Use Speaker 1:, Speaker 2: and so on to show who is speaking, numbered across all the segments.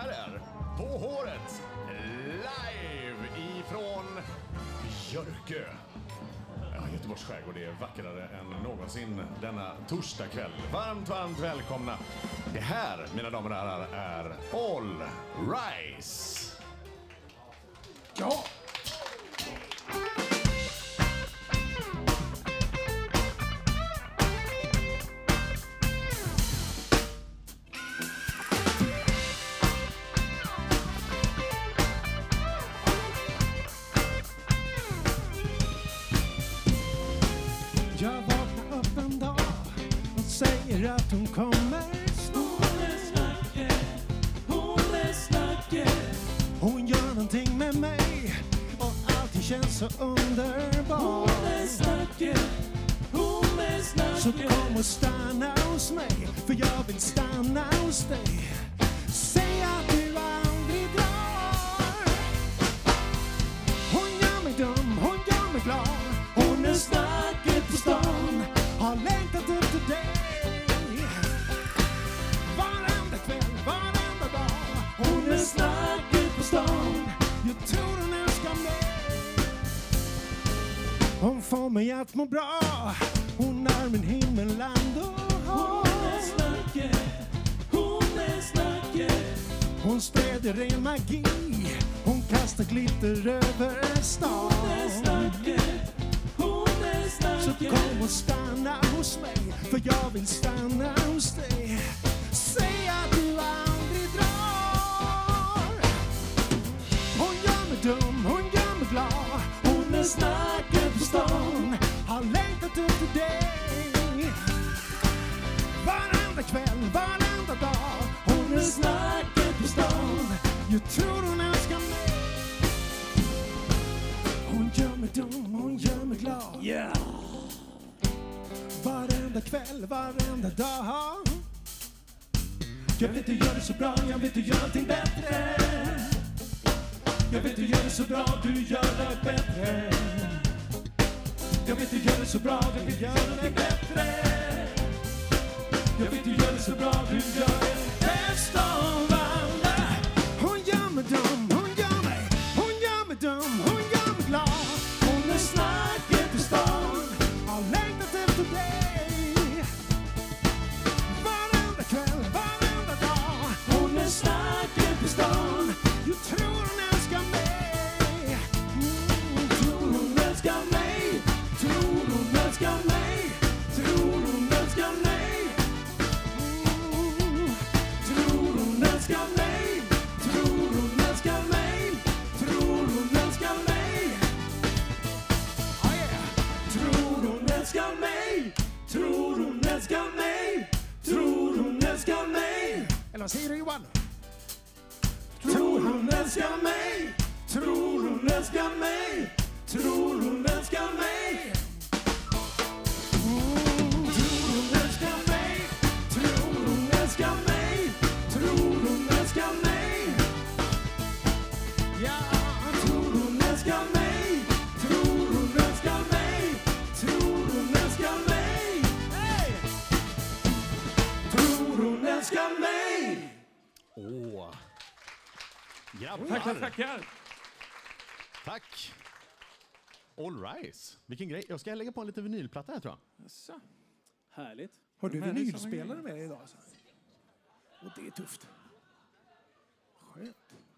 Speaker 1: här är På håret live ifrån Björkö. Ja, Göteborgs skärgård är vackrare än någonsin denna torsdagkväll. Varmt välkomna. Det här, mina damer och herrar, är All Rise.
Speaker 2: Ja! Jag vaknar upp en dag och säger att hon kommer snart. Hon är snacket. Hon gör någonting med mig och allting känns så underbart. Hon är snacket. Så kom och stanna hos mig, för jag vill stanna hos dig. Säg att du aldrig drar. Hon gör mig dum, hon gör mig glad. Hon är snacket på stan, har längtat efter dig. Varenda kväll, varenda dag. Hon är snacket på stan, jag tror hon älskar mig. Hon får mig att må bra, hon är min himmelland och hon är snacket, hon är snacket. Hon sprider ren magi, hon kastar glitter över stan. Hon är snacket, hon är snacket. Så kom och stanna hos mig, för jag vill stanna hos dig. Säg att du aldrig drar. Hon gör mig dum, hon gör mig glad. Hon är snacket på stan, har längtat efter dig. Varenda kväll, varenda dag. Hon är snacket på stan, jag tror hon älskar mig. Hon gör mig dum, hon gör mig glad. Yeah. Varenda kväll, varenda dag. Jag vet du gör det så bra, jag vet du gör allting bättre. Jag vet du gör det så bra, du gör det bättre. Jag vet du gör det så bra, du gör det bättre. Jag vet du gör det så bra, du gör det bäst av alla. Hon gör mig dum, hon gör mig dum, hon gör mig glad. Hon är snacket på stan, har längtat efter dig. Varenda kväll, varenda dag. Hon är snacket på stan, jag tror hon älskar mig. Tror hon älskar mig. Tror hon älskar mig. Tror hon älskar mig. Tror hon älskar mig. Tror hon älskar mig. Tror hon älskar mig. Oh yeah. Tror hon älskar mig. Tror hon älskar mig. Tror hon älskar mig. Eller vad säger du, Johan? Tror hon älskar mig. Tror hon älskar mig. Tror hon älskar mig. Tror hon älskar mig. Tror hon älskar mig. Tror hon älskar mig. Ja, tror hon älskar mig. Tror hon älskar mig. Tror hon älskar mig. Hey! Tror hon älskar mig.
Speaker 1: Åh. Grabbar.
Speaker 3: Tackar.
Speaker 1: Tack. All Rise. Vilken grej. Jag ska lägga på en liten vinylplatta här, tror jag.
Speaker 3: Så. Härligt.
Speaker 2: Har du
Speaker 3: Men
Speaker 2: vinylspelare med dig idag? Alltså? Och det är tufft. Skönt.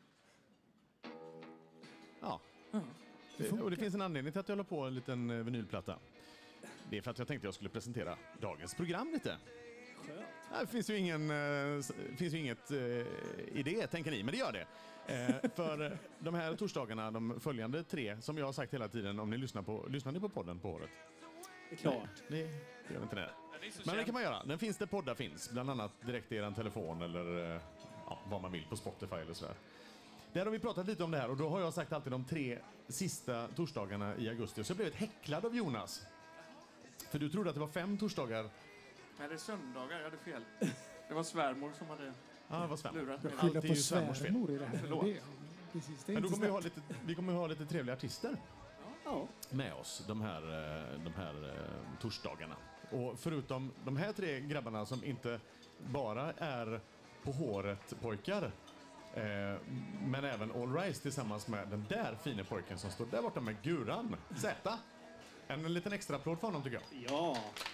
Speaker 1: Ja. Och det finns en anledning till att jag håller på en liten vinylplatta. Det är för att jag tänkte att jag skulle presentera dagens program lite.
Speaker 3: Skönt.
Speaker 1: Det finns ju inget idé, tänker ni, men det gör det. För de här torsdagarna, de följande 3, som jag har sagt hela tiden, om ni lyssnar ni på podden på året?
Speaker 3: Det är klart.
Speaker 1: Det gör inte det. Men det kan man göra. Den finns där poddar finns, bland annat direkt i er telefon eller vad man vill på Spotify eller sådär. Där har vi pratat lite om det här och då har jag sagt alltid de 3 sista torsdagarna i augusti. Så jag blev häcklad av Jonas. För du trodde att det var 5 torsdagar.
Speaker 3: Nej, det är söndagar, jag hade fel. Det var svärmor som hade
Speaker 1: Ja, vad svärmor.
Speaker 3: lurat mig.
Speaker 2: Skylla
Speaker 1: Allt är
Speaker 2: på
Speaker 1: ju svärmors fel.
Speaker 2: svärmor i det här.
Speaker 3: Förlåt.
Speaker 2: Det, precis, det är
Speaker 1: Men då
Speaker 2: inte
Speaker 1: kommer
Speaker 2: snällt.
Speaker 1: vi kommer ha lite trevliga artister
Speaker 3: Ja.
Speaker 1: med oss de här torsdagarna. Och förutom de här 3 grabbarna som inte bara är på håret pojkar Men även All Rise tillsammans med den där fina pojken som står där borta med Guran Z. En liten extra applåd för honom tycker jag.
Speaker 4: Ja.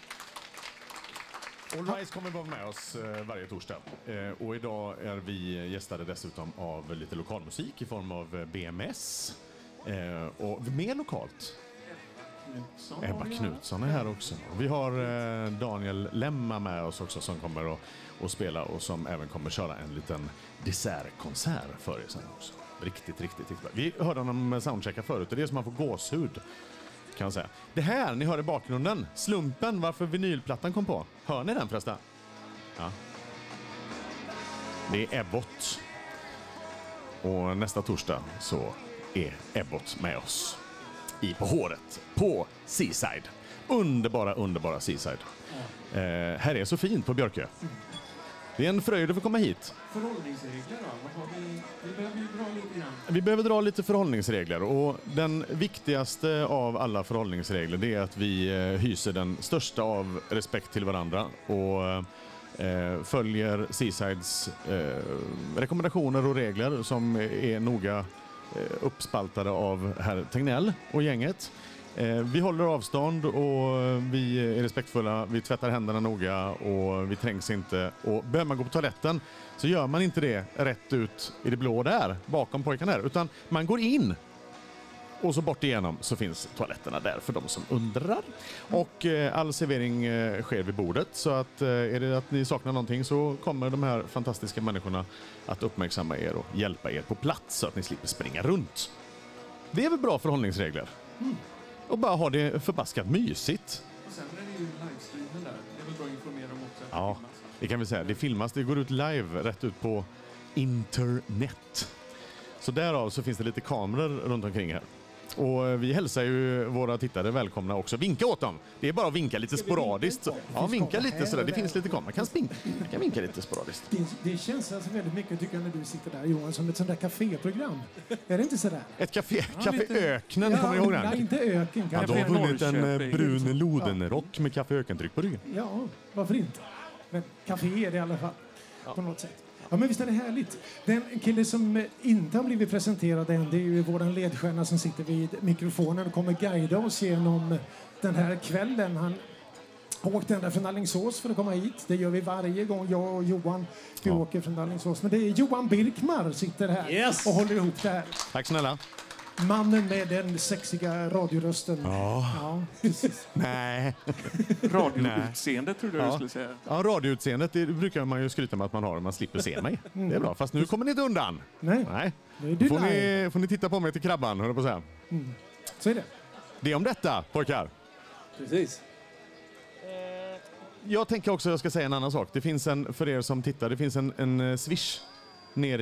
Speaker 1: All Rise kommer vara med oss varje torsdag. Och idag är vi gästade dessutom av lite lokalmusik i form av BMS. Och mer lokalt. Ebba Knutsson är här också. Vi har Daniel Lemma med oss också som kommer att spela och som även kommer köra en liten dessertkonsert för er sen också. Riktigt bra. Vi hörde honom soundchecka förut och det är som man får gåshud kan jag säga. Det här ni hör i bakgrunden, slumpen varför vinylplattan kom på. Hör ni den förresten? Ja. Det är Ebbot. Och nästa torsdag så är Ebbot med oss på håret på Seaside. Underbara Seaside. Här är så fint på Björkö. Det är en fröjd att få komma hit.
Speaker 3: Förhållningsregler då? Vi behöver ju dra lite grann.
Speaker 1: Vi behöver dra lite förhållningsregler och den viktigaste av alla förhållningsregler det är att vi hyser den största av respekt till varandra och följer Seasides rekommendationer och regler som är noga uppspaltade av herr Tegnell och gänget. Vi håller avstånd och vi är respektfulla, vi tvättar händerna noga och vi trängs inte. Och behöver man gå på toaletten så gör man inte det rätt ut i det blå där, bakom pojkarna här, utan man går in och så bort igenom så finns toaletterna där för de som undrar. Och all servering sker vid bordet så att är det att ni saknar någonting så kommer de här fantastiska människorna att uppmärksamma er och hjälpa er på plats så att ni slipper springa runt. Det är väl bra förhållningsregler. Och bara ha det förbaskat mysigt.
Speaker 3: Och sen är det ju livestreamen där. Det är väl bra att informera om också.
Speaker 1: Ja, det kan vi säga. Det filmas, det går ut live rätt ut på internet. Så därav så finns det lite kameror runt omkring här. Och vi hälsar ju våra tittare välkomna också. Vinka åt dem. Det är bara att vinka lite sporadiskt. Ja, vinka lite sådär. Det finns lite kameror. Man kan vinka lite sporadiskt.
Speaker 2: Det känns alltså väldigt mycket tycker jag när du sitter där Johan som ett sånt där kaféprogram. Är det inte sådär?
Speaker 1: Ett café Öknen, kommer ni ihåg den?
Speaker 2: Nej, inte Öken.
Speaker 1: Ja, då har vunnit en brun Lodenrock med Café Ökentryck på ryggen.
Speaker 2: Ja, varför inte? Men café är det i alla fall. På något sätt. Ja, men visst är det härligt. Den kille som inte har blivit presenterad än, det är ju våran ledstjärna som sitter vid mikrofonen och kommer guida oss genom den här kvällen. Han åkte ända från Alingsås för att komma hit. Det gör vi varje gång jag och Johan åker från Alingsås. Men det är Johan Birkmar sitter här och håller ihop det här.
Speaker 1: Tack snälla.
Speaker 2: Mannen med den sexiga radiorösten. Ja.
Speaker 1: Nej.
Speaker 3: Radioutseende tror jag du skulle säga.
Speaker 1: Ja, radioutseendet det brukar man ju skryta med att man har om man slipper se mig. Det är bra, fast nu kommer ni inte undan.
Speaker 2: Nej.
Speaker 1: Får ni titta på mig till krabban, hör jag på att säga.
Speaker 2: Så är det.
Speaker 1: Det är om detta, pojkar.
Speaker 4: Precis.
Speaker 1: Jag tänker också att jag ska säga en annan sak. Det finns för er som tittar, det finns en swish nere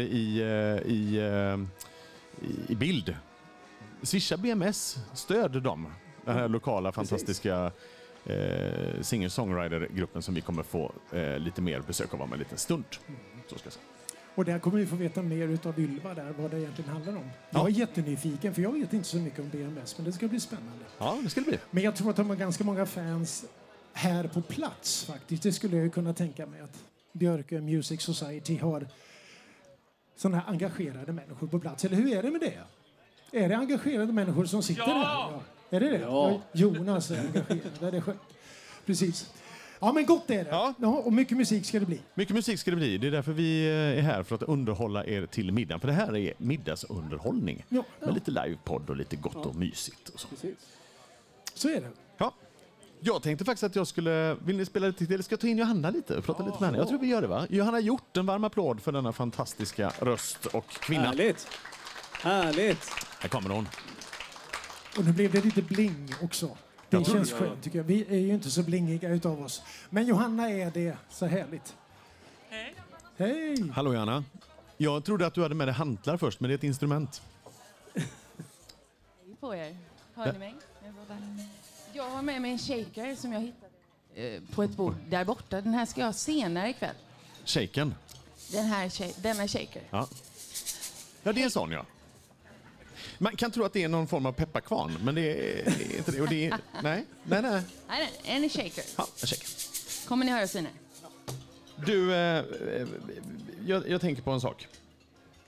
Speaker 1: i bild. Swisha BMS, stöd dem. Den här lokala fantastiska singer-songwriter-gruppen som vi kommer få lite mer besök av om en liten stund. Så ska jag säga.
Speaker 2: Och där kommer vi få veta mer utav Ylva där, vad det egentligen handlar om. Jag är jättenyfiken, för jag vet inte så mycket om BMS, men det ska bli spännande.
Speaker 1: Ja, det ska det bli.
Speaker 2: Men jag tror att de har ganska många fans här på plats faktiskt. Det skulle jag kunna tänka mig att Björkö Music Society har sådana här engagerade människor på plats. Eller hur är det med det? Är det engagerade människor som sitter där? Ja. Är det det?
Speaker 4: Ja.
Speaker 2: Jonas är engagerad. Det är skönt. Precis. Ja, men gott är det.
Speaker 1: Ja.
Speaker 2: Ja, och mycket musik ska det bli.
Speaker 1: Mycket musik ska det bli. Det är därför vi är här, för att underhålla er till middagen. För det här är middagsunderhållning.
Speaker 2: Ja.
Speaker 1: Med lite livepodd och lite gott och mysigt. Och så.
Speaker 4: Precis.
Speaker 2: Så är det.
Speaker 1: Ja. Jag tänkte faktiskt att jag skulle... Vill ni spela lite till? Eller ska jag ta in Johanna lite och prata lite med henne? Jag tror vi gör det, va? Johanna gjort en varm applåd för denna fantastiska röst och kvinna.
Speaker 4: Härligt.
Speaker 1: Här kommer hon.
Speaker 2: Och nu blev det lite bling också. Det känns skönt tycker jag. Vi är ju inte så blingiga utav oss. Men Johanna är det. Så härligt.
Speaker 5: Hej.
Speaker 2: Hej!
Speaker 1: Hallå Johanna. Jag trodde att du hade med dig hantlar först, men det är ett instrument.
Speaker 5: Hej på er. Hör ni mig? Jag har med mig en shaker som jag hittade på ett bord där borta. Den här ska jag ha senare ikväll.
Speaker 1: Shaken.
Speaker 5: Denna shaker.
Speaker 1: Ja, det är en sån, ja. Man kan tro att det är någon form av pepparkvarn, men det är inte det. Och det är, nej.
Speaker 5: Nej, en shaker.
Speaker 1: Ja, en shaker.
Speaker 5: Kommer ni höra senare?
Speaker 1: Du, jag tänker på en sak.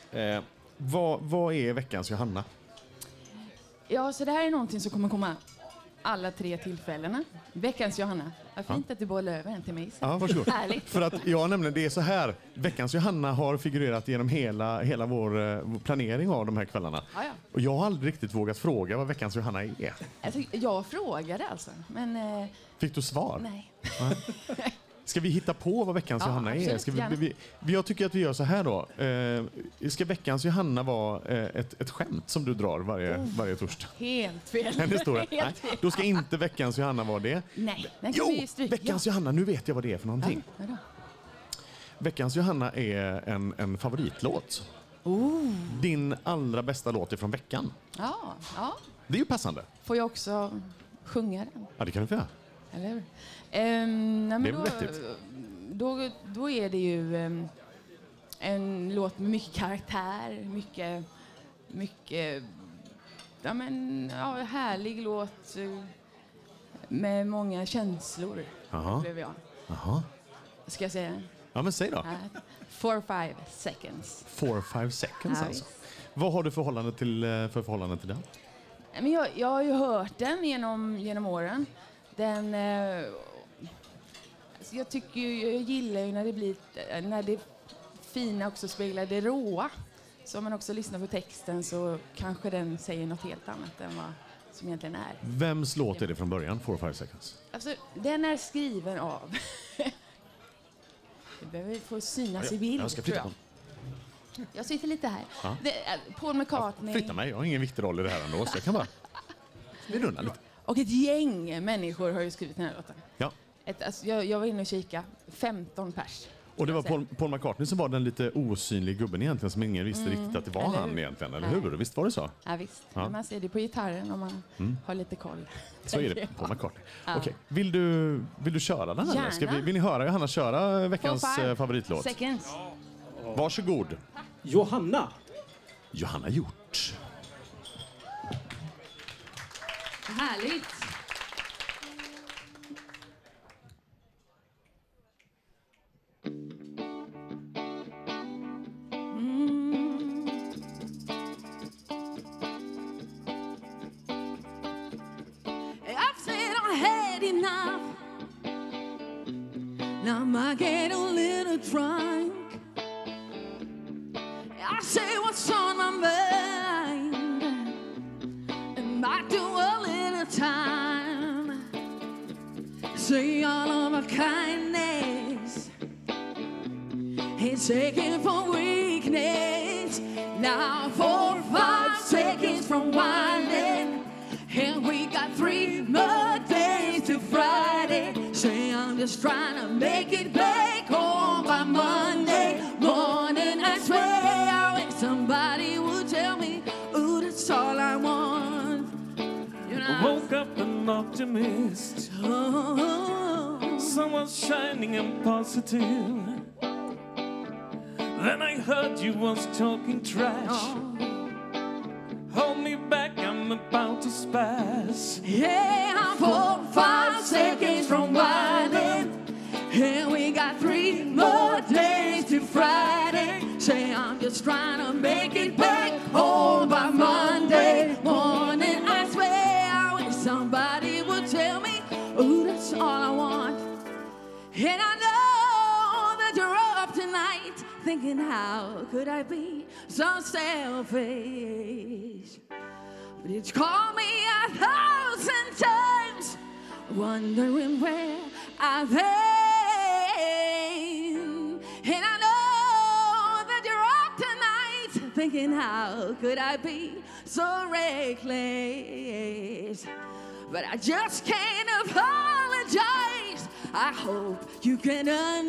Speaker 1: Vad är veckans Johanna?
Speaker 5: Ja, så det här är någonting som kommer komma alla 3 tillfällena. Veckans Johanna. Vad fint att du bollar över en till mig.
Speaker 1: Ja, varsågod.
Speaker 5: Härligt.
Speaker 1: För att nämligen det är så här. Veckans Johanna har figurerat genom hela vår planering av de här kvällarna.
Speaker 5: Ja.
Speaker 1: Och jag har aldrig riktigt vågat fråga vad veckans Johanna är.
Speaker 5: Alltså, jag frågade alltså, men...
Speaker 1: Fick du svar?
Speaker 5: Nej.
Speaker 1: Ska vi hitta på vad veckans Johanna är?
Speaker 5: Absolut,
Speaker 1: Jag tycker att vi gör så här då. Ska veckans Johanna vara ett skämt som du drar varje torsdag?
Speaker 5: Helt fel.
Speaker 1: Det står det. Nej,
Speaker 5: Helt fel.
Speaker 1: då ska inte veckans Johanna vara det.
Speaker 5: Nej, den kan vi stryka.
Speaker 1: Veckans Johanna, nu vet jag vad det är för någonting.
Speaker 5: Ja, vadå?
Speaker 1: Veckans Johanna är en favoritlåt. Din allra bästa låt är från veckan.
Speaker 5: Ja.
Speaker 1: Det är ju passande.
Speaker 5: Får jag också sjunga den?
Speaker 1: Ja, det kan du få göra.
Speaker 5: Eller hur? Nej, men
Speaker 1: Det är vettigt.
Speaker 5: Då är det ju en låt med mycket karaktär, mycket härlig låt med många känslor.
Speaker 1: Jaha.
Speaker 5: Blev jag.
Speaker 1: Jaha.
Speaker 5: Ska jag säga den?
Speaker 1: Ja, men säg då.
Speaker 5: 4-5 seconds.
Speaker 1: 4-5 seconds
Speaker 5: Ja,
Speaker 1: alltså. Vad har du för förhållande till den?
Speaker 5: Men jag har ju hört den genom åren. Den... jag gillar ju när det fina också speglar det råa. Så om man också lyssnar på texten så kanske den säger något helt annat än vad som egentligen är.
Speaker 1: Vems låt är det från början, 4-5 seconds?
Speaker 5: Alltså, den är skriven av... det behöver få synas i bild,
Speaker 1: Jag ska
Speaker 5: tror
Speaker 1: flytta
Speaker 5: jag.
Speaker 1: på.
Speaker 5: Jag sitter lite här.
Speaker 1: Ja.
Speaker 5: Paul McCartney...
Speaker 1: Flytta mig, jag har ingen viktig roll i det här ändå, så jag kan bara... Vi rundar lite.
Speaker 5: Och ett gäng människor har ju skrivit den här låten.
Speaker 1: Ja.
Speaker 5: Jag var inne och kika. 15 pers.
Speaker 1: Och det var Paul McCartney som var den lite osynlig gubben egentligen, som ingen visste riktigt att det var
Speaker 5: eller
Speaker 1: han
Speaker 5: hur?
Speaker 1: egentligen, eller
Speaker 5: Nej.
Speaker 1: hur? Visst var det så?
Speaker 5: Ja, visst.
Speaker 1: Ja.
Speaker 5: Men man ser det på gitarren om man har lite koll.
Speaker 1: Så är det, Paul McCartney.
Speaker 5: Ja.
Speaker 1: Okej. Vill du köra den här?
Speaker 5: Gärna.
Speaker 1: Vill ni höra Johanna köra veckans
Speaker 5: 4-5
Speaker 1: favoritlåt?
Speaker 5: seconds.
Speaker 1: Varsågod.
Speaker 4: Johanna.
Speaker 1: Johanna Hjort.
Speaker 5: Härligt.
Speaker 6: I've said I had enough. Now I get a little drunk. I say what's on my mind, and I do a little time. Say all of my kindness, it's taken for weakness. Now 4-5 seconds from winding, and we got 3 more days to Friday. Say I'm just trying to make it back home by Monday morning. I swear I wish somebody would tell me, ooh, that's all I want. You know?
Speaker 7: I woke up an optimist, someone shining and positive. Then I heard you was talking trash. Hold me back, I'm about to spaz.
Speaker 6: Yeah, I'm 4-5 seconds from winding, and we got 3 more days to Friday. Say I'm just trying to make it back home by Monday morning. I swear I wish somebody would tell me, ooh, that's all I want. And I know that you're up tonight thinking, how could I be so selfish? But it's called me 1,000 times, wondering where I've been. And I know that you're up tonight thinking, how could I be so reckless? But I just can't apologize. I hope you can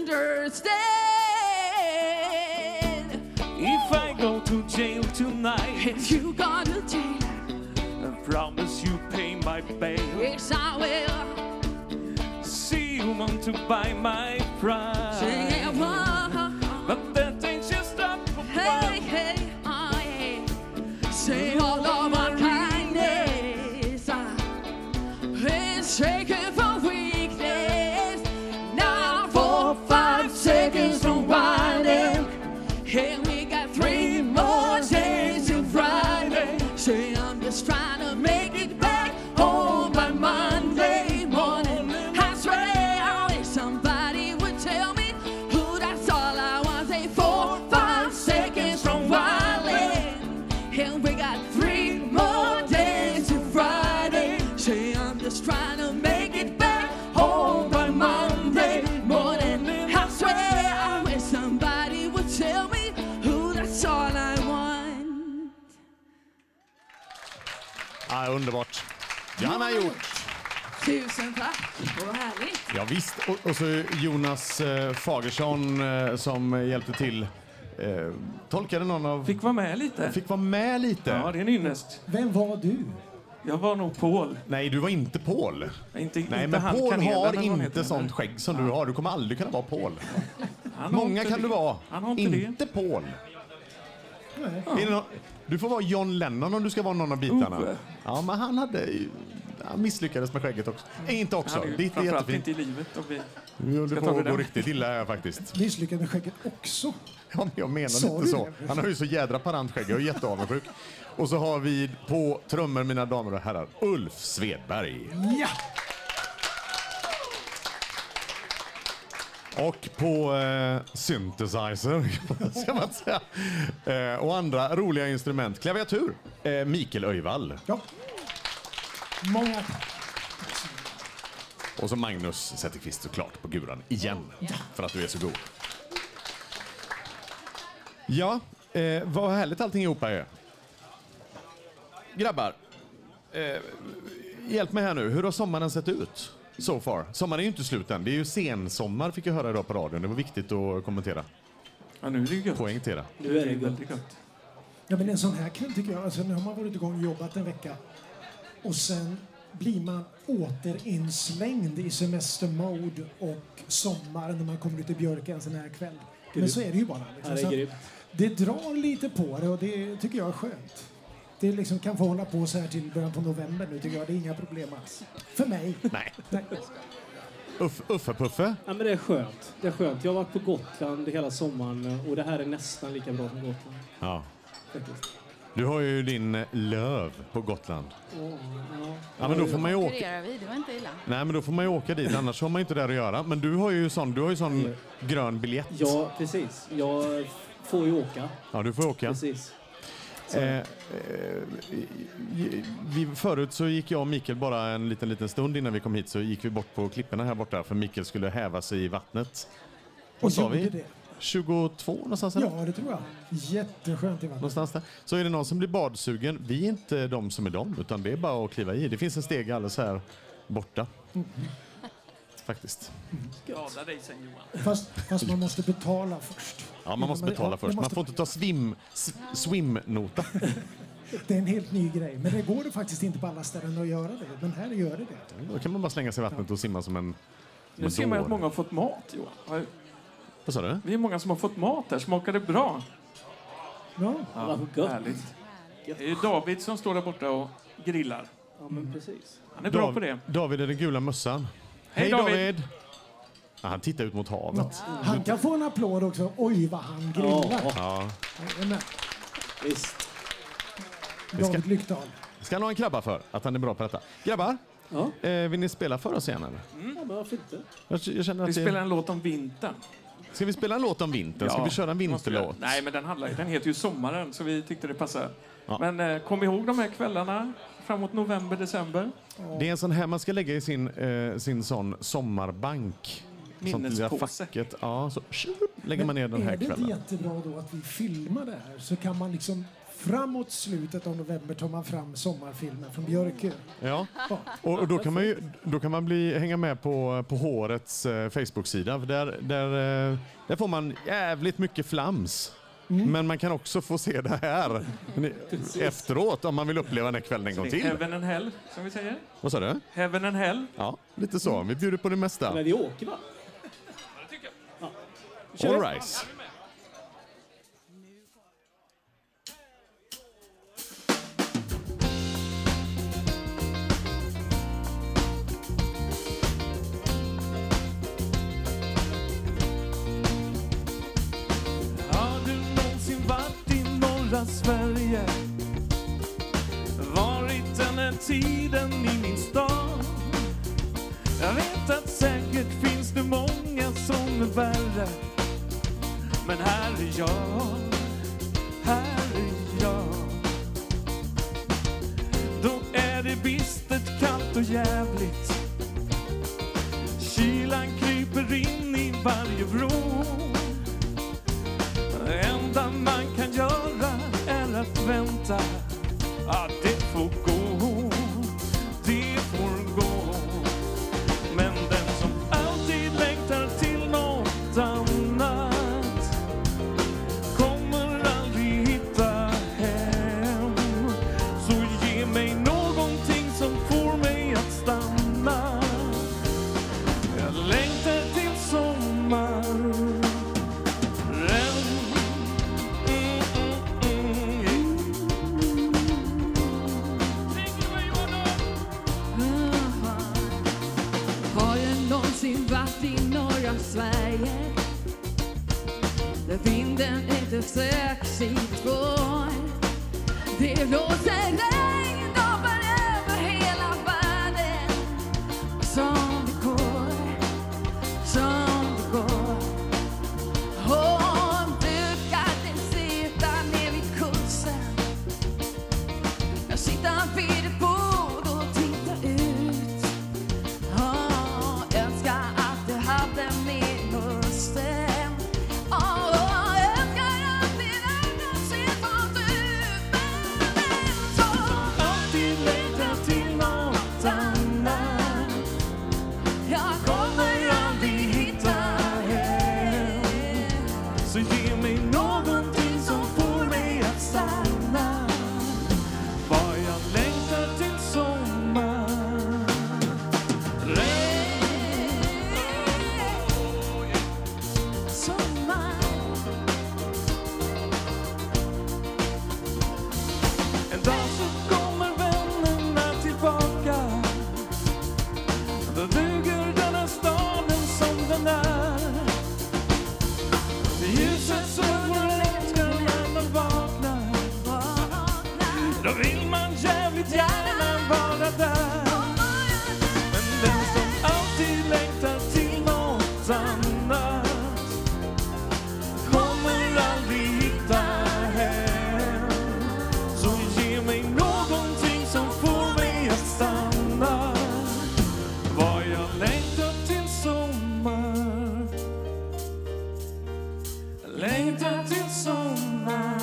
Speaker 6: understand.
Speaker 7: If I go to jail tonight,
Speaker 6: If you go to jail,
Speaker 7: I promise you pay my bail.
Speaker 6: yes I will.
Speaker 7: See you want to buy my pride,
Speaker 6: Say it once.
Speaker 7: but that ain't just up for
Speaker 6: Hey, hey, oh yeah. Say all of my kindness is taken for weakness. Now 4-5 seconds from winding, and we got 3 more
Speaker 1: underbart. Det han har gjort.
Speaker 6: Tusen tack. Vad härligt.
Speaker 1: Ja, visst. Och så Jonas Fagersson som hjälpte till. Tolkade någon av...
Speaker 3: Fick vara med lite.
Speaker 1: Fick vara med lite.
Speaker 3: Ja, det är en ynnest.
Speaker 2: Vem var du?
Speaker 3: Jag var nog Paul.
Speaker 1: Nej, du var inte Paul.
Speaker 3: Inte
Speaker 1: Men
Speaker 3: han
Speaker 1: Paul
Speaker 3: kanelen,
Speaker 1: har
Speaker 3: eller vad han
Speaker 1: inte
Speaker 3: heter.
Speaker 1: sånt skägg som du har. Du kommer aldrig kunna vara Paul.
Speaker 3: Han har
Speaker 1: Många
Speaker 3: inte
Speaker 1: kan
Speaker 3: det.
Speaker 1: du vara.
Speaker 3: Han har inte
Speaker 1: Inte Paul.
Speaker 2: Nej.
Speaker 1: Är det du får vara John Lennon om du ska vara någon av bitarna.
Speaker 3: Ove.
Speaker 1: Ja, men han misslyckades med skägget också. Inte också.
Speaker 3: Han är ju
Speaker 1: Ditt är
Speaker 3: framförallt
Speaker 1: jättefint.
Speaker 3: inte i livet. Och vi...
Speaker 1: Nu håller
Speaker 3: Ska
Speaker 1: på
Speaker 3: ta
Speaker 1: att
Speaker 3: det
Speaker 1: gå
Speaker 3: där?
Speaker 1: riktigt illa här faktiskt.
Speaker 2: Misslyckad med skägget också.
Speaker 1: Ja, men jag menar
Speaker 2: Sa
Speaker 1: inte
Speaker 2: du
Speaker 1: så.
Speaker 2: det?
Speaker 1: Han har ju så jädra parant skägg. Jag är jätteavundsjuk. Och så har vi på trummor, mina damer och herrar, Ulf Svedberg.
Speaker 2: Ja!
Speaker 1: Och på synthesizer, ska man säga. Och andra roliga instrument. Klaviatur, Mikael Öjvall.
Speaker 2: Ja. Många tack.
Speaker 1: Och så Magnus Zetterqvist såklart på guran igen. För att du är så god. Ja, vad härligt allting ihop är. Grabbar, hjälp mig här nu. Hur har sommaren sett ut? So far. Sommaren är ju inte slut än. Det är ju sensommar, fick jag höra idag på radion. Det var viktigt att kommentera.
Speaker 3: Ja, nu är det gött.
Speaker 1: Poängtera.
Speaker 4: Nu är det gott.
Speaker 3: väldigt gott.
Speaker 2: Ja, men en sån här kväll tycker jag, alltså nu har man varit igång och jobbat en vecka och sen blir man återinslängd i semestermode och sommar när man kommer ut i björken en sån här kväll. Men så är det ju bara. Liksom.
Speaker 4: Ja, det är
Speaker 2: Så
Speaker 4: grymt.
Speaker 2: det drar lite på det och det tycker jag är skönt. Det liksom kan få hålla på så här till början på november nu tycker jag. Det är inga problem alls. För mig.
Speaker 1: Nej.
Speaker 2: Nej.
Speaker 1: Uffe Puffe.
Speaker 4: Ja, men det är skönt. Det är skönt. Jag har varit på Gotland hela sommaren och det här är nästan lika bra som Gotland.
Speaker 1: Ja.
Speaker 4: Faktiskt.
Speaker 1: Du har ju din löv på Gotland.
Speaker 4: Ja.
Speaker 1: Ja, men då får man ju åka.
Speaker 5: Konkurrerar vi, det var inte illa.
Speaker 1: Nej, men då får man ju åka dit. Annars har man ju inte där att göra. Men du har ju sån grön biljett.
Speaker 4: Ja, precis. Jag får ju åka.
Speaker 1: Ja, du får åka.
Speaker 4: Precis.
Speaker 1: Förut så gick jag och Mikael bara en liten stund innan vi kom hit så gick vi bort på klipporna här borta för Mikael skulle häva sig i vattnet. Vad sa
Speaker 2: gjorde
Speaker 1: vi?
Speaker 2: det.
Speaker 1: 22 någonstans? Eller?
Speaker 2: Ja, det tror jag. Jätteskönt i vattnet.
Speaker 1: Någonstans där. Så är det någon som blir badsugen, vi är inte de som är de utan det är bara att kliva i. Det finns en steg alldeles här borta. Faktiskt.
Speaker 3: Skada dig sen, Johan.
Speaker 2: Fast man måste betala först.
Speaker 1: Ja, man måste betala först. Man får inte ta swim-nota.
Speaker 2: Det är en helt ny grej. Men det går det faktiskt inte på alla ställen att göra det. Men här gör det det.
Speaker 1: Då kan man bara slänga sig i vattnet och simma som en
Speaker 3: Nu ser man
Speaker 1: dår.
Speaker 3: att många har fått mat, Johan.
Speaker 1: Vad sa du?
Speaker 3: Vi är många som har fått mat här. Smakar det bra?
Speaker 2: Ja.
Speaker 4: Vad gott.
Speaker 3: Härligt. Det är David som står där borta och grillar.
Speaker 4: Ja, men precis.
Speaker 3: Han är bra på det.
Speaker 1: David är den gula mössan.
Speaker 3: Hej, David!
Speaker 1: Ja, han tittar ut mot havet.
Speaker 2: Han kan få en applåd också. Oj, vad han grillar.
Speaker 1: Ja.
Speaker 2: Jajamän.
Speaker 4: Visst.
Speaker 2: David Lyckdahl.
Speaker 1: Ska han ha en krabba för att han är bra på detta? Grabbar,
Speaker 4: Ja,
Speaker 1: vill ni spela för oss igen eller?
Speaker 4: ja men varför inte?
Speaker 1: Jag känner
Speaker 3: Vi
Speaker 1: att
Speaker 3: spelar en låt om vintern.
Speaker 1: Ska vi spela en låt om vintern? Ska vi köra en
Speaker 3: måste vi.
Speaker 1: vinterlåt?
Speaker 3: Nej, men den heter ju Sommaren, så vi tyckte det passade.
Speaker 1: Ja.
Speaker 3: Men kom ihåg de här kvällarna framåt november, december.
Speaker 1: Det är en sån här man ska lägga i sin sån sommarbank. Sånt lilla
Speaker 3: Minnespåse.
Speaker 1: facket. Ja, så lägger man ner den här
Speaker 2: är det inte
Speaker 1: kvällen.
Speaker 2: jättebra då att vi filmar det här så kan man liksom framåt slutet av november tar man fram sommarfilmen från Björkö.
Speaker 1: Ja. Och då kan man hänga med på Hårets Facebook-sida. För där får man jävligt mycket flams. Men man kan också få se det här efteråt om man vill uppleva den här kvällen en gång till.
Speaker 3: Heaven and hell, som vi säger.
Speaker 1: Vad sa du?
Speaker 3: Heaven and hell.
Speaker 1: Ja, lite så. Vi bjuder på det mesta.
Speaker 4: Men vi åker va?
Speaker 1: All right.
Speaker 7: Har du någonsin varit i norra Sverige? Varit den här tiden i min stad? Jag vet att säkert finns det många som är värre. Men här är jag, här är jag. Då är det bistert, kallt och jävligt. Kylan kryper in i varje vrå. Det enda man kan göra är att vänta, det får gå.
Speaker 6: säger. Där vinden inte söker sitt spår. Det blåser regn dagar över hela världen. Som det går, som det går. Hon brukade sitta ner vid kusten. Jag sitter vid ett bord och tittar ut. Önskar att du hade med hösten. Önskar att det regnar ser fart ut. Men så
Speaker 7: alltid längtar till något annat.
Speaker 6: jag kommer aldrig hitta hem.
Speaker 7: Så ge mig någonting som får mig att stanna. Vad jag längtar till sommar.
Speaker 6: Sommar.
Speaker 7: En dag så kommer vännerna tillbaka. Då duger denna staden som den är. I ljuset så längtar man vaknar. Då vill man jävligt gärna vara där. Men den som alltid längtar till något annat kommer aldrig hitta hem. Så ge mig någonting som får mig att stanna. Vad jag längtar till sommar. Längtar till sommar.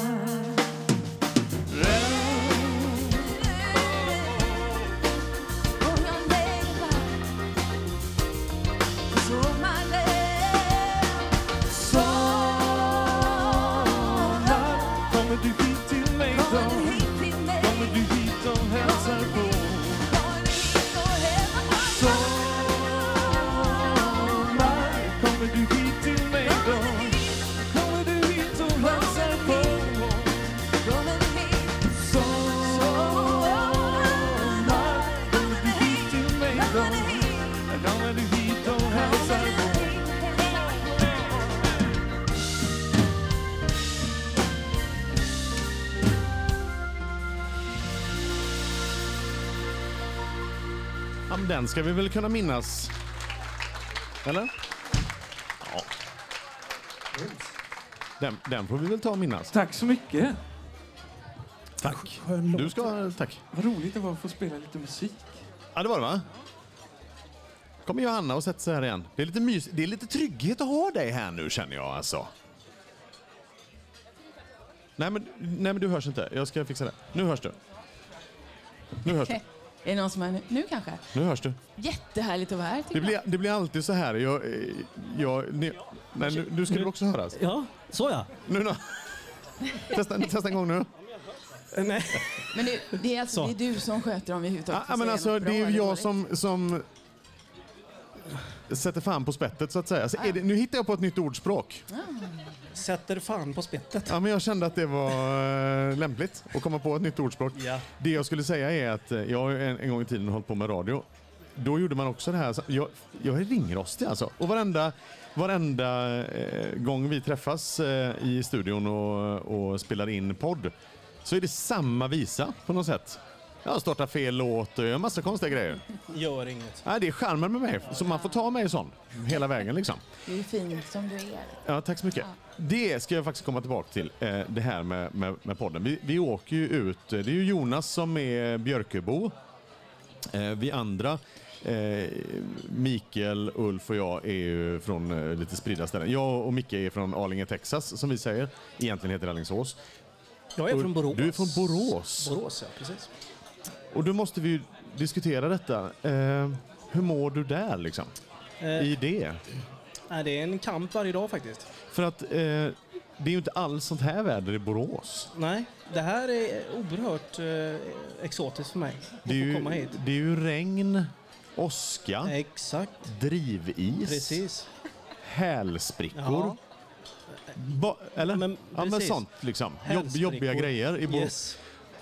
Speaker 6: Och jag längtar. Sommaren.
Speaker 7: Sommar, kommer du hit till mig då?
Speaker 6: Kommer du hit till mig?
Speaker 7: Kommer du hit och hälsar på?
Speaker 6: Kommer du hit och hälsar på?
Speaker 7: Sommar, kommer du hit till mig då? Kommer du hit och hälsar på?
Speaker 6: Kommer du hit?
Speaker 7: Sommar, kommer du hit till mig då? Kommer du hit och hälsar på?
Speaker 1: Ja, men den ska vi väl kunna minnas? Eller? Ja. Den får vi väl ta och minnas.
Speaker 3: Tack så mycket.
Speaker 1: Tack.
Speaker 2: Skön låt.
Speaker 1: Du ska, tack.
Speaker 3: Vad roligt det var att få spela lite musik.
Speaker 1: Ja, det var det, va? Kommer Johanna och sätter sig här igen. Det är lite det är lite trygghet att ha dig här nu, känner jag alltså. Nej men du hörs inte. Jag ska fixa det. Nu hörs du. Nu hörs du.
Speaker 5: Okej. Är det någon som är nu kanske?
Speaker 1: Nu hörs du.
Speaker 5: Jättehärligt att vara här tycker jag.
Speaker 1: Det blir alltid så här. Du ska också höras.
Speaker 8: Ja, så ja.
Speaker 1: Nu då. Testa en gång nu.
Speaker 8: Nej.
Speaker 5: Men det är alltså
Speaker 8: Så.
Speaker 5: det är du som sköter om vi överhuvudtaget
Speaker 1: Ja,
Speaker 5: får
Speaker 1: men
Speaker 5: säga
Speaker 1: alltså,
Speaker 5: något bra
Speaker 1: det är ju
Speaker 5: eller
Speaker 1: jag
Speaker 5: dåligt.
Speaker 1: som sätter fan på spettet, så att säga. Alltså, nu hittar jag på ett nytt ordspråk.
Speaker 8: Sätter fan på spettet.
Speaker 1: Ja, men jag kände att det var lämpligt att komma på ett nytt ordspråk.
Speaker 8: Ja.
Speaker 1: Det jag skulle säga är att jag har en gång i tiden hållit på med radio. Då gjorde man också det här. Jag är ringrostig alltså. Och varenda gång vi träffas i studion och spelar in podd så är det samma visa på något sätt. Jag startar fel låt och gör en massa konstiga grejer.
Speaker 8: Gör inget.
Speaker 1: Nej, det är charmen med mig. Så man får ta mig sån hela vägen liksom.
Speaker 5: Det är ju fint som du är.
Speaker 1: Ja, tack så mycket. Det ska jag faktiskt komma tillbaka till, det här med podden. Vi åker ju ut, det är ju Jonas som är Björköbo. Vi andra, Mikael, Ulf och jag är ju från lite spridda ställen. Jag och Micke är från Arlinge, Texas, som vi säger. Egentligen heter det Alingsås.
Speaker 8: Jag är från Borås.
Speaker 1: Du är från Borås.
Speaker 8: Borås, ja, precis.
Speaker 1: Och då måste vi ju diskutera detta. Hur mår du där liksom? I det?
Speaker 8: Nej, det är en kamp varje dag faktiskt.
Speaker 1: För att det är ju inte alls sånt här väder i Borås.
Speaker 8: Nej, det här är oerhört exotiskt för mig.
Speaker 1: Det är,
Speaker 8: att få komma hit.
Speaker 1: det är ju regn, åska,
Speaker 8: Exakt,
Speaker 1: drivis,
Speaker 8: precis.
Speaker 1: hälsprickor.
Speaker 8: Ja.
Speaker 1: Eller?
Speaker 8: Men
Speaker 1: Ja, men
Speaker 8: precis.
Speaker 1: sånt liksom.
Speaker 8: Hälsprickor.
Speaker 1: Jobbiga grejer i Borås.
Speaker 8: Yes.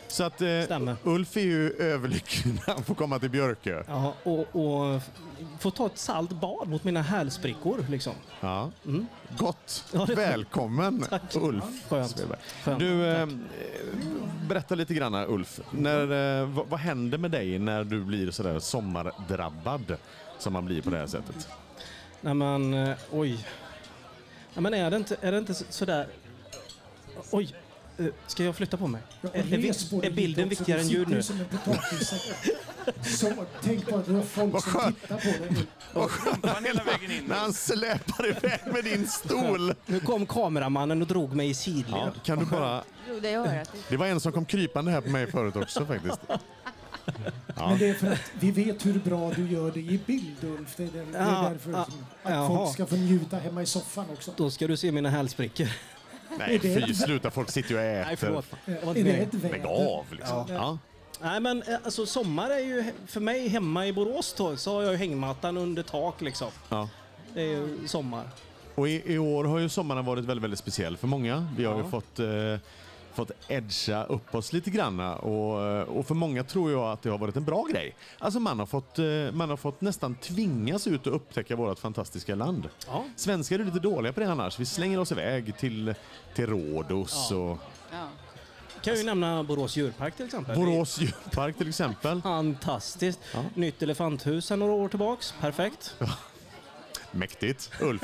Speaker 1: Så att
Speaker 4: Stämmer.
Speaker 1: Ulf är ju överlycklig när han får komma till Björkö.
Speaker 4: Ja, och få ta ett salt bad mot mina hälsprickor liksom.
Speaker 1: Ja. Gott.
Speaker 4: Ja, det-
Speaker 1: Välkommen,
Speaker 4: Tack.
Speaker 1: Ulf.
Speaker 4: Skönt.
Speaker 1: Svedberg.
Speaker 4: Skönt.
Speaker 1: Du, berätta lite grann, Ulf. Vad händer med dig när du blir sådär sommardrabbad som man blir på det här sättet?
Speaker 4: Nej men, oj. Nej, men är det inte sådär... Oj, ska jag flytta på mig? Är bilden viktigare än ljud nu?
Speaker 2: Som en potatis. Så tänk på att du har folk som tittar på dig nu.
Speaker 3: Han hela vägen in.
Speaker 1: När han släpar iväg med din stol.
Speaker 4: Nu kom kameramannen och drog mig i sidled.
Speaker 1: Ja, kan du bara...
Speaker 5: Jo, det gör jag.
Speaker 1: Det var en som kom krypande här på mig förut också faktiskt.
Speaker 2: Men det är för att vi vet hur bra du gör det i bild, Ulf. Det är därför att
Speaker 4: jaha.
Speaker 2: folk ska få njuta hemma i soffan också.
Speaker 4: Då ska du se mina hälsprickor.
Speaker 1: Nej, fy, sluta. Folk sitter ju och äter.
Speaker 4: Nej, förlåt. Det var
Speaker 2: Är
Speaker 4: inte
Speaker 2: det
Speaker 4: mig.
Speaker 2: ett väder?
Speaker 1: Lägg av liksom. Ja.
Speaker 4: Nej, men alltså sommar är ju för mig hemma i Borås då, så har jag ju hängmattan under tak liksom.
Speaker 1: Ja.
Speaker 4: Det är ju sommar.
Speaker 1: Och i år har ju sommaren varit väldigt, väldigt speciell för många. Vi har ju fått edga upp oss lite granna och för många tror jag att det har varit en bra grej. Alltså man har fått nästan tvingas ut och upptäcka vårt fantastiska land.
Speaker 4: Ja.
Speaker 1: Svenskar är lite dåliga på det annars. Vi slänger oss iväg till Rhodos och
Speaker 5: Ja.
Speaker 4: Kan ju nämna Borås djurpark till exempel.
Speaker 1: Borås djurpark till exempel.
Speaker 4: Fantastiskt.
Speaker 1: Ja.
Speaker 4: Nytt elefanthus sedan några år tillbaks. Perfekt.
Speaker 1: Mäktigt, Ulf.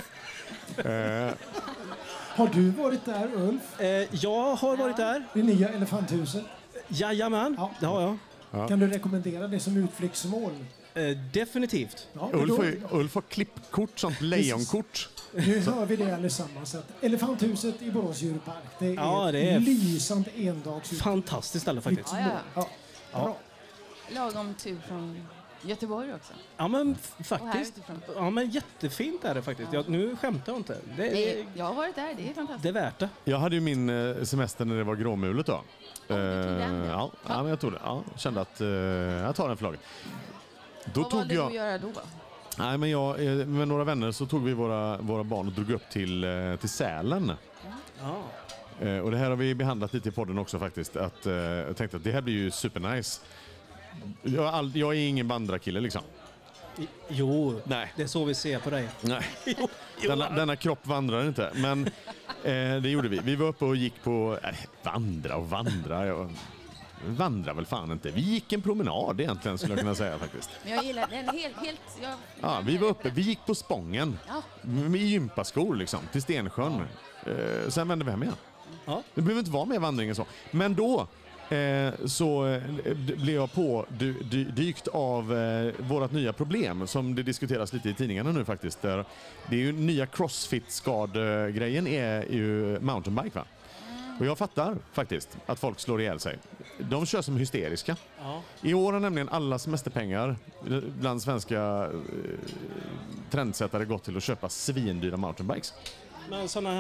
Speaker 2: Har du varit där, Ulf?
Speaker 4: Jag har varit där.
Speaker 2: Det nya elefanthuset.
Speaker 4: Jajamän,
Speaker 2: Ja.
Speaker 4: det har jag.
Speaker 2: Kan du rekommendera det som utflyktsmål?
Speaker 4: Definitivt.
Speaker 2: Ja,
Speaker 1: Ulf har klippkort, sånt lejonkort.
Speaker 2: Nu hör vi det allesammans. Att elefanthuset i Borås djurpark, det är
Speaker 4: Ja,
Speaker 2: ett
Speaker 4: det är
Speaker 2: lysande endagsutflykt.
Speaker 4: Fantastiskt ställe faktiskt.
Speaker 5: Ja, ja.
Speaker 2: Ja. Bra.
Speaker 5: Lagom tur från Göteborg också.
Speaker 4: Ja, men
Speaker 5: Och
Speaker 4: faktiskt.
Speaker 5: härifrån.
Speaker 4: Ja, men jättefint är det faktiskt. Nu skämtar jag inte.
Speaker 5: Jag har varit där, det är fantastiskt.
Speaker 4: Det är värt det.
Speaker 1: Jag hade ju min semester när det var gråmulet då.
Speaker 5: du tog den,
Speaker 1: Ja, men jag tog det. Ja, kände att jag tar den för laget. Då
Speaker 5: Vad
Speaker 1: tog
Speaker 5: valde du att
Speaker 1: jag...
Speaker 5: göra då?
Speaker 1: Nej, men jag, med några vänner så tog vi våra barn och drog upp till Sälen.
Speaker 4: Ja.
Speaker 1: Och det här har vi behandlat lite i podden också faktiskt. Att, jag tänkte att det här blir ju supernice. Jag är ingen vandrakille liksom.
Speaker 4: Jo,
Speaker 1: Nej.
Speaker 4: det är så vi ser på dig.
Speaker 1: Nej. Denna kropp vandrar inte. Men det gjorde vi. Vi var uppe och gick på... vandra. Jag vandrar väl fan inte. Vi gick en promenad egentligen skulle jag kunna säga faktiskt.
Speaker 5: Men jag gillar den helt...
Speaker 1: Ja, vi var uppe. Vi gick på Spången.
Speaker 5: Ja.
Speaker 1: Med gympaskor liksom. Till Stensjön. Sen vände vi hem igen.
Speaker 4: Ja.
Speaker 1: Det behöver inte vara mer vandring än så. Men då blev jag dykt av vårat nya problem som det diskuteras lite i tidningarna nu faktiskt. Där det är ju nya crossfit-skad-grejen är ju mountainbike va? Och jag fattar faktiskt att folk slår ihjäl sig. De kör som hysteriska.
Speaker 4: Ja.
Speaker 1: I år har nämligen alla semesterpengar bland svenska trendsättare gått till att köpa svindyra mountainbikes.
Speaker 4: Men såna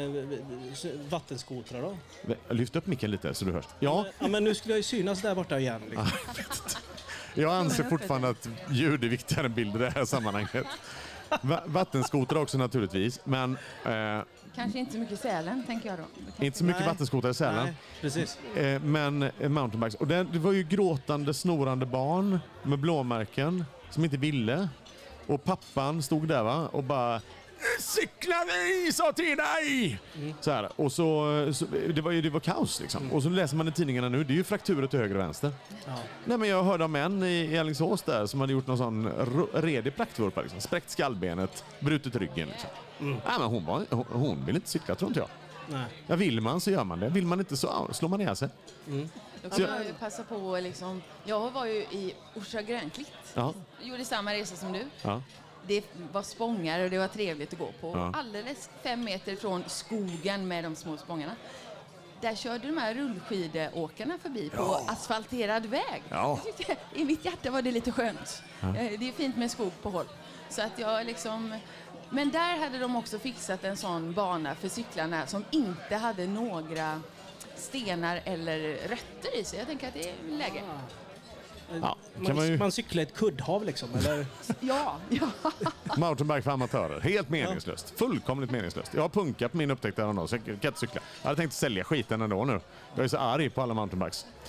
Speaker 4: här vattenskotrar då?
Speaker 1: Lyft upp micken lite så du hörs. Ja,
Speaker 4: Ja, men nu skulle jag ju synas där borta igen. Liksom.
Speaker 1: jag anser fortfarande att ljud är viktigare än bild i det här sammanhanget. Vattenskotrar också naturligtvis, men
Speaker 5: Kanske inte så mycket Sälen, tänker jag då.
Speaker 1: inte så mycket
Speaker 4: Nej.
Speaker 1: vattenskotrar i Sälen.
Speaker 4: Nej, precis.
Speaker 1: Men mountainbikes. Och det var ju gråtande, snorande barn med blåmärken som inte ville. Och pappan stod där va och bara cykla vi, sa till dig! Så här. Och så det var kaos liksom. Och så läser man i tidningarna nu, det är ju frakturer till höger och vänster.
Speaker 4: Ja.
Speaker 1: Nej, men jag hörde om en i Alingsås där som hade gjort någon sån redig praktvurpa liksom. Spräckt skallbenet, brutit ryggen liksom. Nej, men hon vill inte cykla tror inte jag.
Speaker 4: Nej.
Speaker 1: Ja, vill man så gör man det. Vill man inte så slår man ner sig.
Speaker 5: Då kan jag ju passa på liksom... Jag var ju i Orsa Grönklitt.
Speaker 1: Ja.
Speaker 5: Gjorde samma resa som du.
Speaker 1: Ja.
Speaker 5: Det var spångar och det var trevligt att gå på.
Speaker 1: Ja.
Speaker 5: Alldeles 5 meter från skogen med de små spångarna. Där körde de här rullskidåkarna förbi på asfalterad väg.
Speaker 1: Ja.
Speaker 5: Jag tyckte, i mitt hjärta var det lite skönt. Det är fint med skog på håll. Så att jag liksom... Men där hade de också fixat en sån bana för cyklarna som inte hade några stenar eller rötter i sig. Jag tänker att det är läge.
Speaker 1: Ja, kan man ju...
Speaker 4: Man cyklar ett kuddhav liksom, eller?
Speaker 5: Ja.
Speaker 1: Mountainbike för amatörer. Helt meningslöst. Fullkomligt meningslöst. Jag har punkat på min upptäckt där så jag kan inte cykla. Jag hade tänkt sälja skiten ändå nu. Jag är så arg på alla mountainbikes.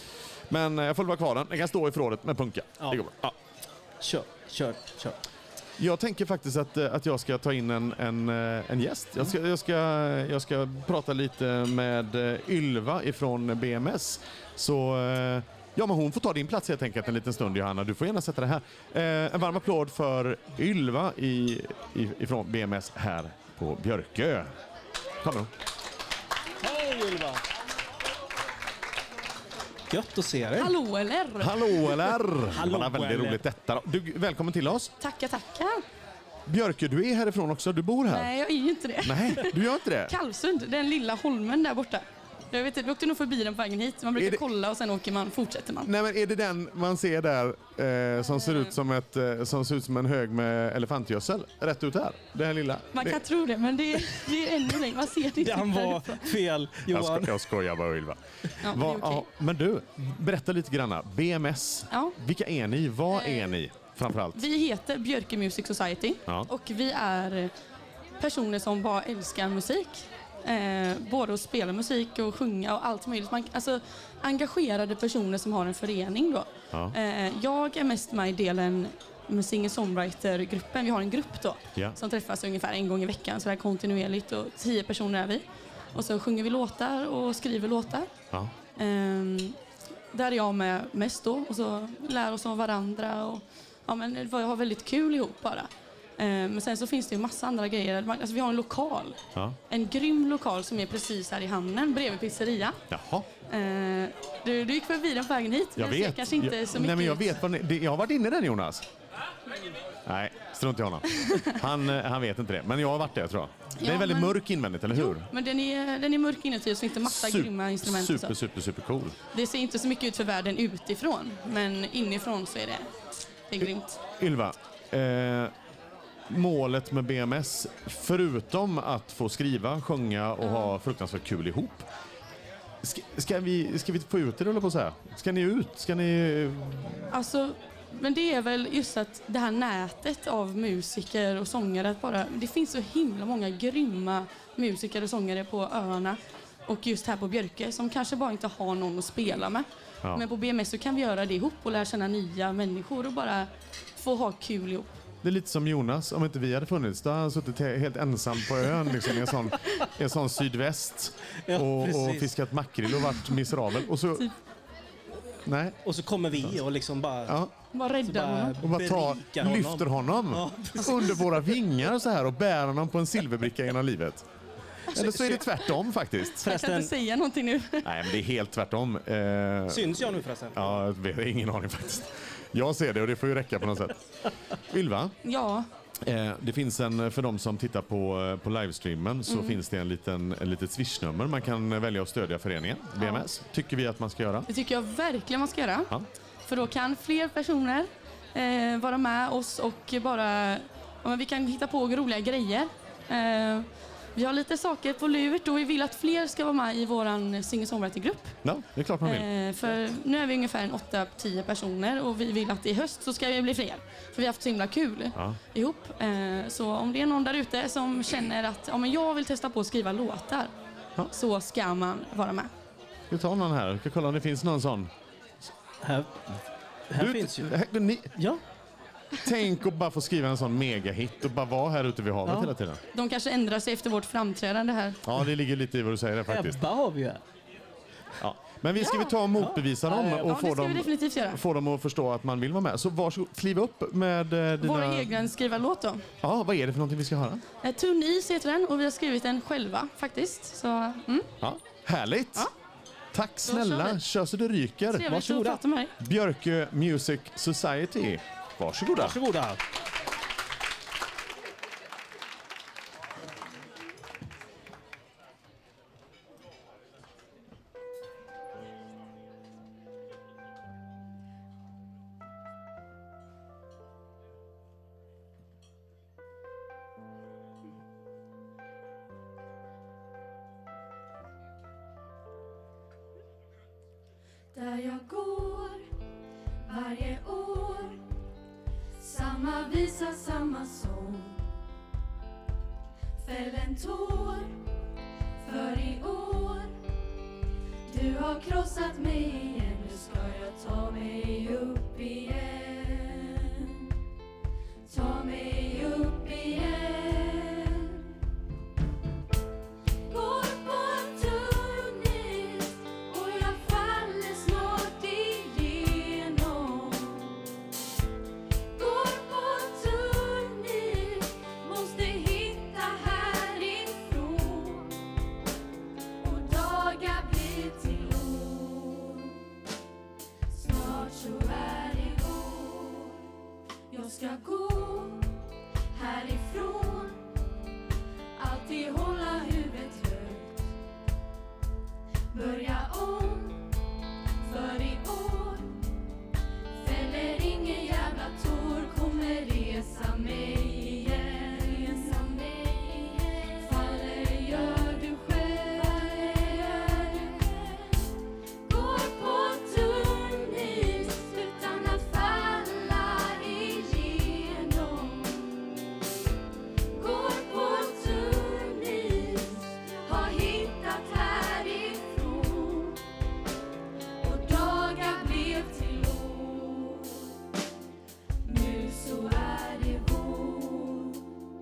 Speaker 1: Men jag får vara kvar den. Den kan stå i förrådet med punka.
Speaker 4: Ja.
Speaker 1: Det går bra. Ja.
Speaker 4: Kör.
Speaker 1: Jag tänker faktiskt att jag ska ta in en gäst. Jag ska prata lite med Ylva ifrån BMS. Så ja, men hon får ta din plats helt enkelt en liten stund, Johanna. Du får gärna sätta det här. En varm applåd för Ylva ifrån BMS här på Björkö. Kom då.
Speaker 4: Hej Ylva! Gött att se dig.
Speaker 6: Hallå eller?
Speaker 1: Hallå eller?
Speaker 4: Hallå,
Speaker 1: Det var väldigt
Speaker 4: eller?
Speaker 1: roligt detta då. Du, välkommen till oss.
Speaker 6: Tackar.
Speaker 1: Björkö, du är härifrån också. Du bor här.
Speaker 6: Nej, jag är ju inte det.
Speaker 1: Nej, du gör inte det.
Speaker 6: Kalvsund, den lilla holmen där borta. Jag vet inte, vi åkte nog förbi den på vägen hit. Man brukar kolla och sen fortsätter man.
Speaker 1: Nej, men är det den man ser där som ser ut som en hög med elefantgödsel rätt ut här? Det här lilla.
Speaker 6: Man kan tro det, men det är ännu längre. Man ser det inte.
Speaker 4: Den var fel, Johan.
Speaker 1: Jag skojar bara, Ylva.
Speaker 6: Ja, det är okej.
Speaker 1: Men du, berätta lite grann. BMS,
Speaker 6: Ja.
Speaker 1: vilka är ni? Vad är ni framförallt?
Speaker 6: Vi heter Björkö Music Society och vi är personer som bara älskar musik. Både att spela musik och sjunga och allt möjligt. Alltså engagerade personer som har en förening då.
Speaker 1: Ja.
Speaker 6: Jag är mest med i delen med singer-songwriter-gruppen. Vi har en grupp då som träffas ungefär en gång i veckan så där kontinuerligt och 10 personer är vi. Och så sjunger vi låtar och skriver låtar.
Speaker 1: Ja.
Speaker 6: Där är jag med mest då och så lär oss om varandra och vi har väldigt kul ihop bara. Men sen så finns det ju massa andra grejer. Alltså vi har en lokal. Ja. En grym lokal som är precis här i hamnen bredvid pizzeria.
Speaker 1: Jaha.
Speaker 6: Du gick förbi den på vägen hit.
Speaker 1: Jag vet.
Speaker 6: Kanske inte så mycket.
Speaker 1: Nej, men jag vet jag har varit inne i den, Jonas. Nej, strunt i honom. Han vet inte det. Men jag har varit där, tror jag. Den är väldigt mörk invändigt, eller hur?
Speaker 6: Jo, men den är mörk inuti och så finns det massa grymma instrument.
Speaker 1: Super cool.
Speaker 6: Det ser inte så mycket ut för världen utifrån. Men inifrån så är det är grymt.
Speaker 1: Ylva, målet med BMS, förutom att få skriva, sjunga och ha fruktansvärt kul ihop. Ska vi få ut det, eller på så här? Ska ni ut? Ska ni...
Speaker 6: Alltså, men det är väl just att det här nätet av musiker och sångare, det finns så himla många grymma musiker och sångare på öarna och just här på Björkö som kanske bara inte har någon att spela med. Ja. Men på BMS så kan vi göra det ihop och lära känna nya människor och bara få ha kul ihop.
Speaker 1: Det är lite som Jonas, om inte vi hade funnits, då hade han suttit helt ensam på ön liksom, i en sån sydväst och fiskat makrill och varit miserabel. Och så... Nej.
Speaker 4: Och så kommer vi och liksom bara...
Speaker 6: Bara rädda honom.
Speaker 1: Och bara lyfter honom under våra vingar så här och bär honom på en silverbricka genom livet. Eller så är det tvärtom faktiskt.
Speaker 6: Jag kan inte säga någonting nu.
Speaker 1: Nej, men det är helt tvärtom.
Speaker 4: Syns jag nu förresten?
Speaker 1: Ja, jag har ingen aning faktiskt. Jag ser det och det får ju räcka på något sätt. Ylva?
Speaker 6: Ja.
Speaker 1: Det finns för de som tittar på livestreamen så finns det en litet swishnummer. Man kan välja att stödja föreningen BMS. Tycker vi att man ska göra?
Speaker 6: Det tycker jag verkligen man ska göra.
Speaker 1: Ja.
Speaker 6: För då kan fler personer vara med oss och bara... vi kan hitta på roliga grejer. Vi har lite saker på lurt och vi vill att fler ska vara med i våran singer-songwriter-grupp.
Speaker 1: Ja, det är klart man vill.
Speaker 6: För nu är vi ungefär 8-10 personer och vi vill att i höst så ska vi bli fler. För vi har haft så himla kul ihop. Så om det är någon där ute som känner att jag vill testa på att skriva låtar så ska man vara med.
Speaker 1: Vi tar någon här. Vi ska kolla om det finns någon sån.
Speaker 4: Här finns ju. Ja.
Speaker 1: Tänk att bara få skriva en sån megahit och bara vara här ute vid havet hela tiden.
Speaker 6: De kanske ändrar sig efter vårt framträdande här.
Speaker 1: Ja, det ligger lite i vad du säger där faktiskt.
Speaker 4: Ebba har vi ju.
Speaker 1: Ja. Men vi ska vi ta och motbevisa dem och få dem att förstå att man vill vara med. Så varsågod, kliv upp med dina...
Speaker 6: Vår egen skrivarlåt då.
Speaker 1: Ja, vad är det för någonting vi ska höra?
Speaker 6: Tunn is heter den och vi har skrivit den själva faktiskt. Så,
Speaker 1: Ja, härligt. Ja. Tack snälla, kör så det ryker.
Speaker 6: Trevligt att prata med dig.
Speaker 1: Björkö Music Society. Varsågoda.
Speaker 4: Varsågoda.
Speaker 9: Där jag går varje år, samma visa, samma sång. Fäll en tår för i år, du har krossat mig igen, nu ska jag Ta mig upp igen. Ta mig upp igen. Går på en tunn is och jag faller snart igenom. Går på en tunn is, måste hitta härifrån. Och dagar blir till år. Snart så är det vår. Jag ska gå härifrån. Alltid hålla huvudet högt. Börja om för i år. Fäller ingen jävla tår. Kommer resa mig igen. Faller gör du själv. Går på tunn is utan att falla igenom. Går på tunn is, har hittat härifrån. Och dagar blev till år. Nu så är det vår.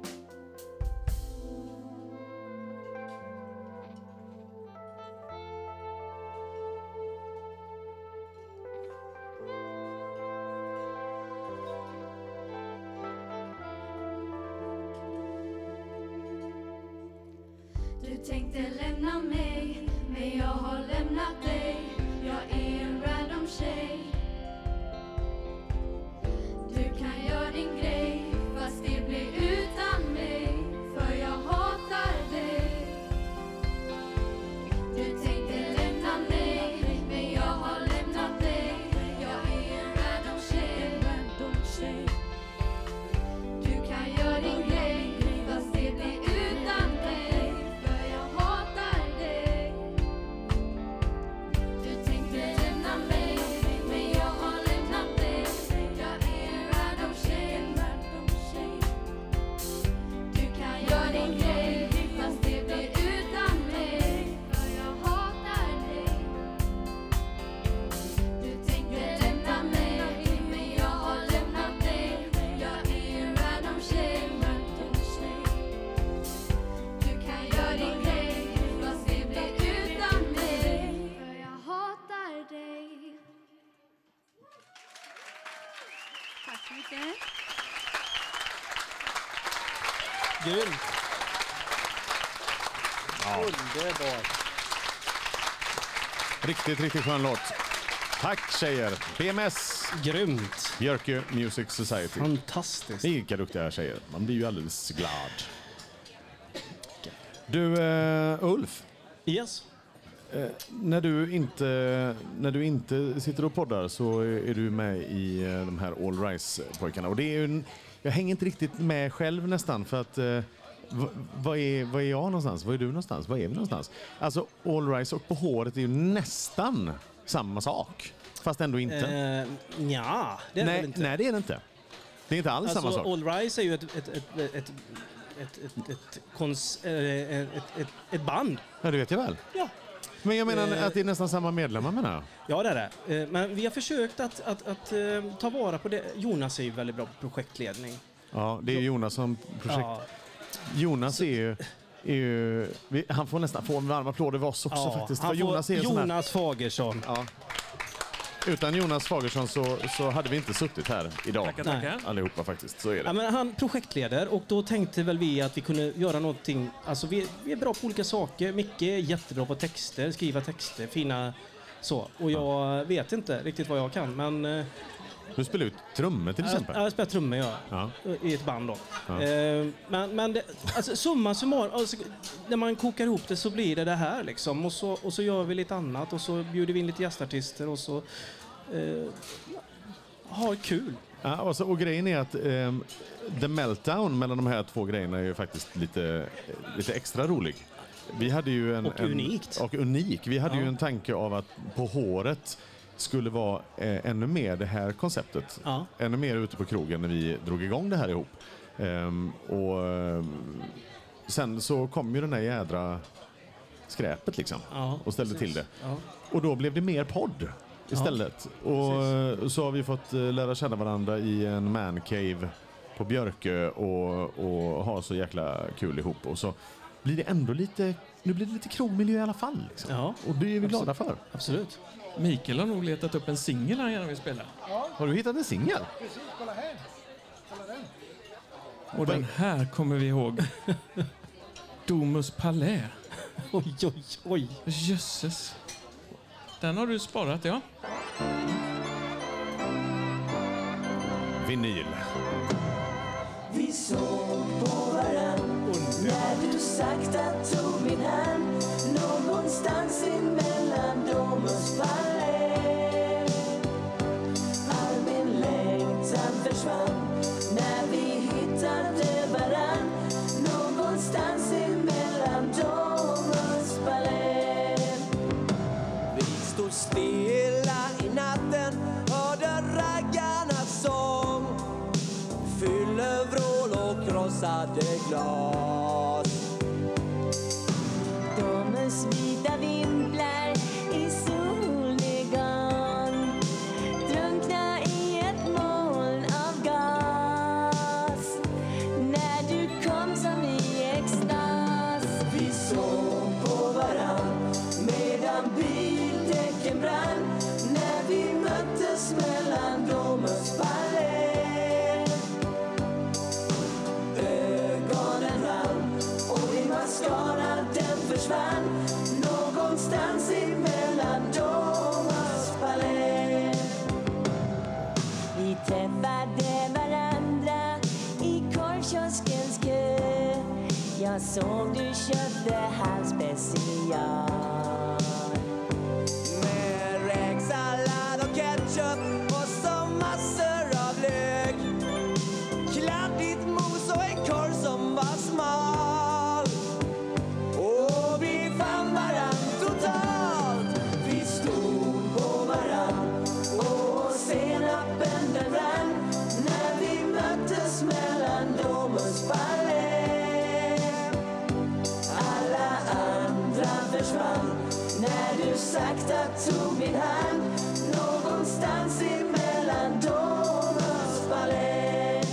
Speaker 9: Du tänkte lämna mig, men jag har lämnat dig. Jag är en random tjej. Du kan göra din grej, fast det blir utan mig. För jag hatar dig. Du tänkte lämna mig, men jag har lämnat dig. Jag är en random tjej. Du kan göra din grej, fast det blir utan dig. För jag hatar dig. Du tänkte lämna mig, men jag har lämnat dig. Jag är en random tjej. Du kan göra din grej, fast det blir utan mig. För jag hatar dig. Du tänkte lämna mig, men jag har lämnat dig. Jag är en random tjej. Du kan göra din grej, fast det blir utan mig. För jag hatar dig. Tack så mycket.
Speaker 4: Grymt. Underbart.
Speaker 1: Riktigt skön låt. Tack tjejer. BMS,
Speaker 4: Grymt.
Speaker 1: Björkö Music Society.
Speaker 4: Fantastiskt.
Speaker 1: Vilka duktiga tjejer. Man blir ju alldeles glad. Du, Ulf.
Speaker 4: Yes.
Speaker 1: När du inte sitter och poddar så är du med i de här All Rise-pojkarna. Och det är ju jag hänger inte riktigt med själv nästan för att vad är jag någonstans? Var är du någonstans? Var är vi någonstans? Alltså All Rise och På håret är ju nästan samma sak. Fast ändå inte.
Speaker 4: Ja, det är det väl inte.
Speaker 1: Nej, det är det inte. Det är inte alls samma sak.
Speaker 4: All Rise är ju ett band.
Speaker 1: Ja, det vet jag väl.
Speaker 4: Ja.
Speaker 1: Men jag menar att det är nästan samma medlemmar, menar jag.
Speaker 4: Ja, det är det. Men vi har försökt att ta vara på det. Jonas är ju väldigt bra på projektledning.
Speaker 1: Ja, det är Jonas som projekt.
Speaker 4: Ja.
Speaker 1: Jonas är ju han får nästan få en varm applåd av oss också faktiskt.
Speaker 4: Han
Speaker 1: för Jonas är
Speaker 4: Jonas Fagersson.
Speaker 1: Ja. Utan Jonas Fagersson så hade vi inte suttit här idag.
Speaker 7: Tackar.
Speaker 1: Allihopa faktiskt, så är det.
Speaker 4: Ja, men han projektleder och då tänkte väl vi att vi kunde göra någonting. Alltså vi är bra på olika saker. Micke är jättebra på texter, skriva texter, fina så. Och jag vet inte riktigt vad jag kan, men
Speaker 1: Du spelar ut trummor till exempel.
Speaker 4: jag spelar trummor i ett band då. Ja. Men det, alltså, summa summarum, alltså, när man kokar ihop det så blir det här liksom. Och så gör vi lite annat och så bjuder vi in lite gästartister och så har kul.
Speaker 1: Ja, och grejen är att The Meltdown mellan de här två grejerna är ju faktiskt lite extra rolig. Vi hade ju unik. Vi hade ju en tanke av att På håret skulle vara ännu mer det här konceptet.
Speaker 4: Ja.
Speaker 1: Ännu mer ute på krogen när vi drog igång det här ihop. Sen så kom ju den här jädra skräpet liksom och ställde till det.
Speaker 4: Ja.
Speaker 1: Och då blev det mer podd. istället. Och så har vi fått lära känna varandra i en mancave på Björkö och ha så jäkla kul ihop. Och så blir det ändå lite krogmiljö i alla fall. Liksom.
Speaker 4: Ja,
Speaker 1: och det är vi glada för.
Speaker 4: Absolut.
Speaker 7: Mikael har nog letat upp en singel han gärna vill spela.
Speaker 2: Ja.
Speaker 1: Har du hittat en singel?
Speaker 2: Precis, kolla här. Kolla den.
Speaker 7: Och den här kommer vi ihåg. Domus Palais.
Speaker 4: Oj, oj, oj.
Speaker 7: Jösses. Den har du sparat, ja.
Speaker 1: Vinyl.
Speaker 10: Vi såg på varann när du sakta tog min hand någonstans emellan Domus Palais. All min längtan försvann när vi hittade varann någonstans emellan Domus Palais. Vi stod stilla i natten, hörde raggarnas sång, fyllevrål och krossade glas. Domus vita vimplar i solnedgång drunkna i ett moln av gas. När du kom som i extas. Vi såg på varann medan bildäcken brann när vi möttes mellan Domus Palais. Ögonen rann och din mascara den försvann någonstans emellan Domus Palais. Vi träffade varandra i korvkioskens kö. Jag såg du köpte halvspecial med räksallad och ketchup och så massor av lök, kladdigt mos och en korv som var smal. Och vi fann varann totalt. Vi stod på varann och senapen den rann när vi möttes mellan Domus Palais. Alla andra försvann när du sakta tog min hand någonstans emellan Domus Palais.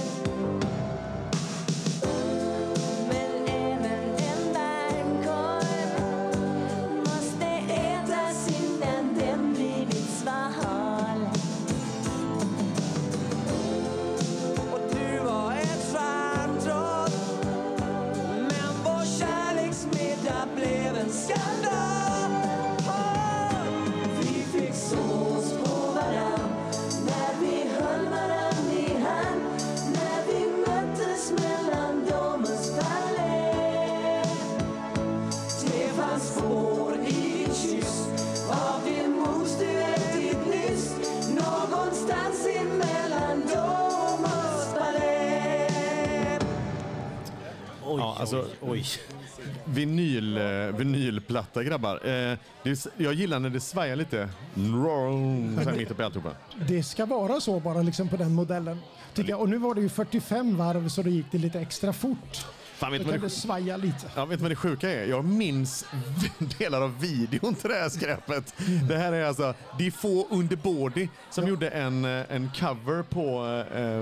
Speaker 10: Men även en varm korv måste ätas innan den blivit sval. Och du var ett stjärntroll, men vår kärleksmiddag blev en skandal. Vi fick sås på varann när vi höll varann i hand när vi möttes mellan Domus Palais. Det fanns spår i din kyss av din mos du ätit nyss någonstans emellan Domus Palais.
Speaker 4: Oj,
Speaker 1: Ja, alltså,
Speaker 4: oj.
Speaker 1: Vinylplatta, grabbar. Jag gillar när det svajar lite. Så här mitt uppe i alltihopa.
Speaker 2: Det ska vara så bara liksom på den modellen. Tycker jag. Och nu var det ju 45 varv så det gick det lite extra fort.
Speaker 1: Fan, vet
Speaker 2: Då
Speaker 1: du
Speaker 2: kan
Speaker 1: vad
Speaker 2: det svaja lite.
Speaker 1: Ja, vet du vad det sjuka är? Jag minns delar av videon till det här skräpet. Det här är alltså Defoe Underbody som gjorde en cover på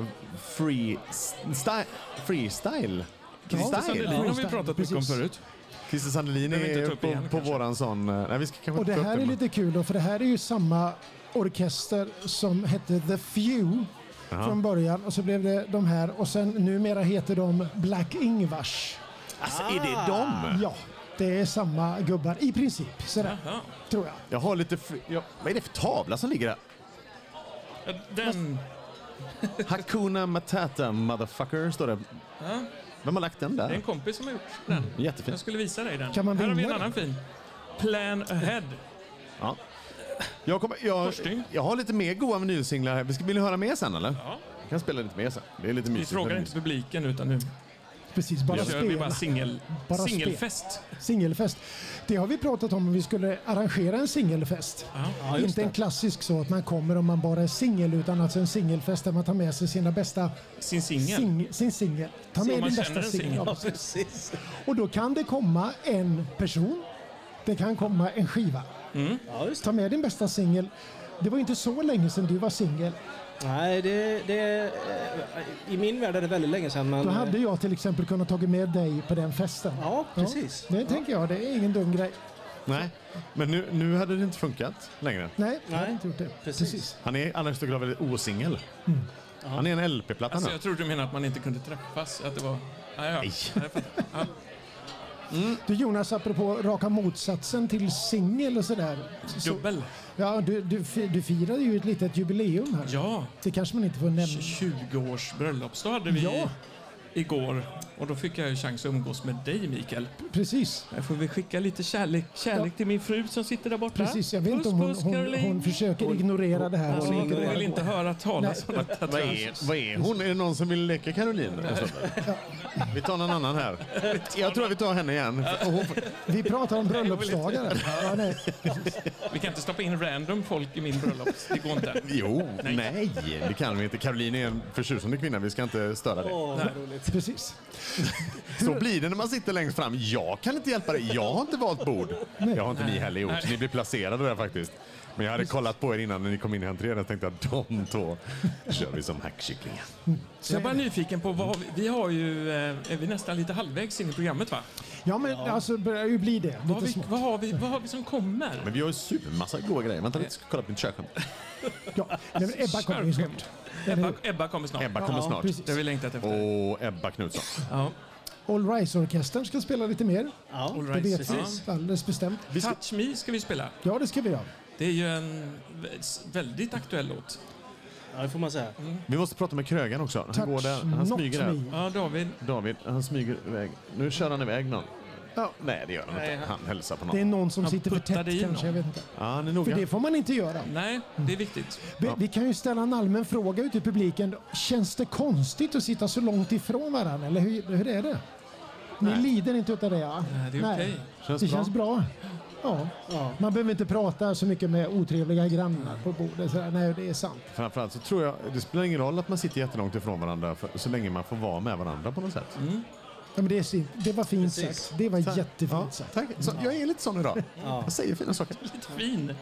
Speaker 1: Freestyle.
Speaker 7: Christer Sandelin har vi pratat mycket om förut.
Speaker 1: Christer Sandelin
Speaker 7: Behöver inte ta
Speaker 1: är
Speaker 7: upp igen,
Speaker 1: på
Speaker 7: kanske.
Speaker 1: våran sån... Nej, vi ska kanske
Speaker 2: Och det
Speaker 1: ta upp
Speaker 2: här är
Speaker 1: men-
Speaker 2: lite kul då, för det här är ju samma orkester som hette The Few från början. Och så blev det de här och sen numera heter de Black Ingvars.
Speaker 1: Alltså, är det dem?
Speaker 2: Ja, det är samma gubbar i princip. Sådär,
Speaker 7: Jaha.
Speaker 2: tror jag.
Speaker 1: Jag har lite... vad är det för tavla som ligger där?
Speaker 7: Den...
Speaker 1: Hakuna Matata, motherfucker, står det.
Speaker 7: Ja,
Speaker 1: Vem har lagt den där?
Speaker 7: det är en kompis som har gjort den.
Speaker 1: Jättefin.
Speaker 7: Jag skulle visa dig den.
Speaker 2: Kan man
Speaker 7: Här har vi en
Speaker 2: vinna
Speaker 7: annan fin. Plan Ahead.
Speaker 1: Ja.
Speaker 7: Korsstygn.
Speaker 1: Jag har lite mer goa vinylsinglar här. Vill ni höra mer sen, eller?
Speaker 7: Ja.
Speaker 1: Jag kan spela lite mer sen. Det är lite
Speaker 7: Vi
Speaker 1: mysigt.
Speaker 7: frågar inte publiken utan nu
Speaker 2: Precis, bara
Speaker 7: kör vi bara
Speaker 2: spela. Bara
Speaker 7: singelfest.
Speaker 2: Singelfest. Det har vi pratat om vi skulle arrangera en singelfest.
Speaker 7: Ja.
Speaker 2: Inte en klassisk så att man kommer om man bara är singel utan alltså en singelfest där man tar med sig sina bästa
Speaker 7: Sin singel.
Speaker 2: sin singel. Ta
Speaker 7: Så
Speaker 2: med
Speaker 7: man
Speaker 2: din
Speaker 7: känner
Speaker 2: bästa
Speaker 7: en
Speaker 2: singel.
Speaker 7: singel.
Speaker 2: Ja, precis. Och då kan det komma en person. Det kan komma en skiva.
Speaker 4: Ja, just
Speaker 2: Ta med din bästa singel Det var ju inte så länge sedan du var singel.
Speaker 4: Nej, i min värld är det väldigt länge sedan. Men,
Speaker 2: Då hade jag till exempel kunnat tagit med dig på den festen.
Speaker 4: Ja, precis.
Speaker 2: Det tänker jag, det är ingen dum grej.
Speaker 1: Nej, men nu hade det inte funkat längre.
Speaker 2: Nej, jag hade inte gjort det.
Speaker 4: Precis.
Speaker 1: Han är annars tycker jag väldigt osingel. Han är en LP-platta
Speaker 3: Alltså,
Speaker 1: nu.
Speaker 3: jag trodde du menade att man inte kunde träffas. Att det var...
Speaker 1: Nej.
Speaker 2: Du Jonas, apropå raka motsatsen till singel och sådär.
Speaker 3: Dubbel.
Speaker 2: Ja, du firade ju ett litet jubileum här.
Speaker 3: Ja.
Speaker 2: Det kanske man inte får nämna.
Speaker 3: 20-års bröllopsdag hade vi igår. Och då fick jag ju chans att umgås med dig, Mikael.
Speaker 2: Precis.
Speaker 3: Jag får väl skicka lite kärlek till min fru som sitter där borta.
Speaker 2: Precis, jag vet inte om hon försöker ignorera det här.
Speaker 3: Hon vill inte höra talas om detta.
Speaker 1: Vad är hon? Är det någon som vill leka Caroline? Vi tar någon annan här. Jag tror att vi tar henne igen.
Speaker 2: Vi pratar om bröllopsdagar. Ja, nej.
Speaker 3: Vi kan inte stoppa in random folk i min bröllop. Det går inte.
Speaker 1: Jo, nej, det kan vi inte. Caroline är en förtjusande kvinna. Vi ska inte störa det.
Speaker 2: Precis.
Speaker 1: Så blir det när man sitter längst fram. Jag kan inte hjälpa dig. Jag har inte valt bord. Jag har inte ni heller gjort. Ni blir placerade där faktiskt. Men jag hade kollat på er innan när ni kom in i entrén och tänkte att de två kör vi som hackkycklingar.
Speaker 3: Så jag är bara nyfiken på vad vi har ju... Är vi nästan lite halvvägs in i programmet, va?
Speaker 2: Ja, men alltså börjar ju bli det.
Speaker 3: Vad har vi som kommer?
Speaker 1: Men vi har ju supermassa goda grejer. Vänta lite, ska kolla på mitt körskämt.
Speaker 2: Ja, men Ebba kommer ju snart.
Speaker 3: Ebba kommer snart.
Speaker 1: Ebba kommer snart.
Speaker 2: precis.
Speaker 3: Det har vi längtat efter.
Speaker 1: Och Ebba Knutsson.
Speaker 3: Ja.
Speaker 2: All Rise-orkestern ska spela lite mer.
Speaker 4: Ja,
Speaker 3: All
Speaker 2: Det
Speaker 3: right,
Speaker 2: vet vi alldeles bestämt.
Speaker 3: Touch Me ska vi spela.
Speaker 2: Ja, det ska vi göra.
Speaker 3: Det är ju en väldigt aktuell låt.
Speaker 4: Ja, det får man säga.
Speaker 1: Vi måste prata med Krögan också. Han går där. Han smyger där.
Speaker 3: Ja,
Speaker 1: David, han smyger iväg. Nu kör han iväg någon.
Speaker 2: Ja.
Speaker 1: Nej, det gör han inte. Han hälsar på någon.
Speaker 2: Det är någon som
Speaker 3: Han
Speaker 2: sitter för
Speaker 3: puttade
Speaker 2: tätt
Speaker 3: i
Speaker 2: kanske, jag
Speaker 3: någon.
Speaker 2: vet inte.
Speaker 1: Ja, han är
Speaker 2: För
Speaker 1: noga.
Speaker 2: det får man inte göra.
Speaker 3: Nej, det är viktigt.
Speaker 2: Vi kan ju ställa en allmän fråga ute i publiken. Känns det konstigt att sitta så långt ifrån varandra? Eller hur är det? Ni lider inte utav det, ja?
Speaker 3: Nej, det är okej.
Speaker 2: Det känns bra. Ja. Man behöver inte prata så mycket med otrevliga grannar på bordet. Så, nej, det är sant.
Speaker 1: Framförallt så tror jag, det spelar ingen roll att man sitter jättelångt ifrån varandra så länge man får vara med varandra på något sätt.
Speaker 2: Ja, men det var fint sagt. Det var jättefint sagt.
Speaker 1: Tack. Så, jag är lite sån idag. Jag säger fina saker.
Speaker 3: Lite fin.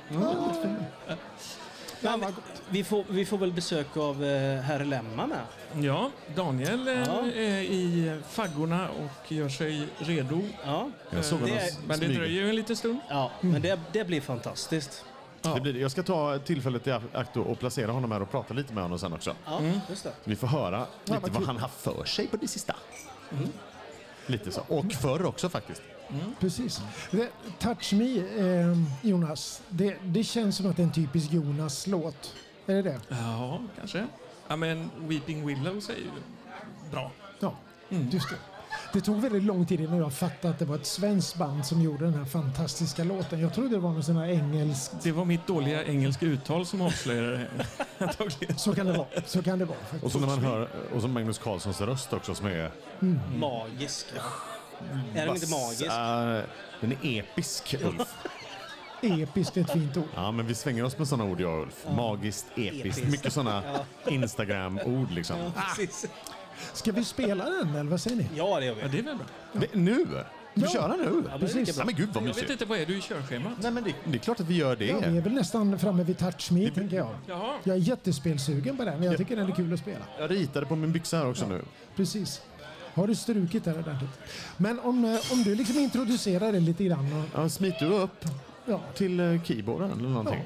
Speaker 4: Men vi får väl besök av herr Lemma med.
Speaker 3: Ja, Daniel är i faggorna och gör sig redo.
Speaker 4: Ja.
Speaker 1: Jag såg honom
Speaker 3: Men det
Speaker 1: smyga.
Speaker 3: dröjer ju en liten stund.
Speaker 4: Ja, men det blir fantastiskt.
Speaker 3: Ja.
Speaker 1: Det blir det. Jag ska ta tillfället i akt och placera honom här och prata lite med honom sen också.
Speaker 4: Ja, just det.
Speaker 1: Vi får höra lite vad han har för sig på det sista. Lite så. Och förr också faktiskt.
Speaker 2: Precis. Touch Me, Jonas. Det känns som att det är en typisk Jonas-låt. Är det det?
Speaker 3: Ja, kanske. Ja, men Weeping Willows är ju bra.
Speaker 2: Ja, just det. Det tog väldigt lång tid innan jag fattade att det var ett svenskt band som gjorde den här fantastiska låten. Jag trodde det var någon sån här engelsk...
Speaker 3: Det var mitt dåliga engelska uttal som avslöjade det.
Speaker 2: Så kan det vara. Så kan det vara.
Speaker 1: Och så när man hör, och så Magnus Carlssons röst också som är...
Speaker 4: Magisk. Är den inte magisk?
Speaker 1: Den är episk, Ulf.
Speaker 2: Episkt är ett fint ord.
Speaker 1: Ja, men vi svänger oss med såna ord, jag och Ulf. Magiskt, episkt. Mycket såna Instagram-ord liksom.
Speaker 4: Precis.
Speaker 2: Ska vi spela den eller vad säger ni?
Speaker 4: Ja, det gör vi.
Speaker 3: Ja, det är väl bra.
Speaker 1: Nu? Vi köra nu?
Speaker 4: Ja, precis.
Speaker 1: Ja, men gud vad
Speaker 3: Jag vet
Speaker 1: mysigt.
Speaker 3: inte, vad är du i körschemat?
Speaker 1: Nej, men det är klart att vi gör det.
Speaker 2: Ja, vi är väl nästan framme vid Touch Me, tänker jag.
Speaker 3: Jaha.
Speaker 2: Jag är jättespelsugen på den. Jag tycker den är kul att spela.
Speaker 1: Jag ritade på min byxa här också nu.
Speaker 2: Precis. Har du strukit där ordentligt? Men om du liksom introducerar det lite grann. Och,
Speaker 1: Ja, smit du upp till keyboarden eller någonting.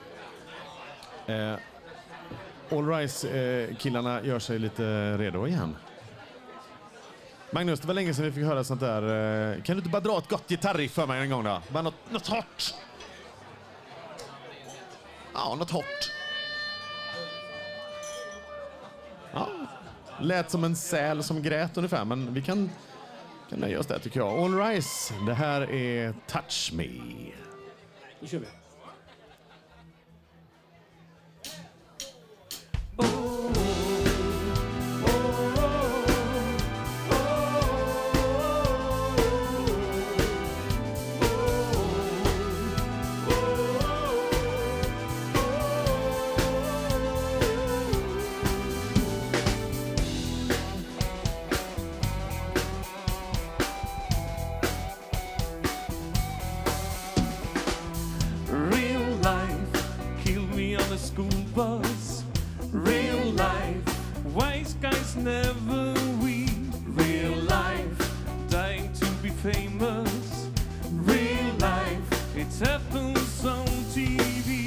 Speaker 1: All Rise-killarna gör sig lite redo igen. Magnus, det var länge sedan vi fick höra sånt där. Kan du inte bara dra ett gott gitarriff för mig en gång då? Bara något hårt. Ja, något hårt. Ja, lät som en säl som grät ungefär, men vi kan nöja oss där tycker jag. All Rise, det här är Touch Me.
Speaker 4: Då kör vi.
Speaker 7: us. Real life, wise guys never weep. Real life, dying to be famous. Real life, it happens on TV.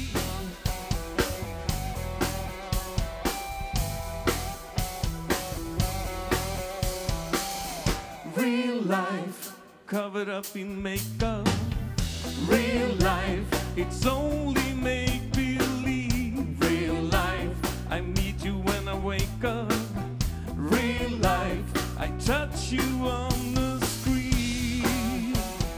Speaker 7: Real life, covered up in makeup. Real life, it's only make-believe. Real life, I meet you when I wake up. Real life, I touch you on the screen.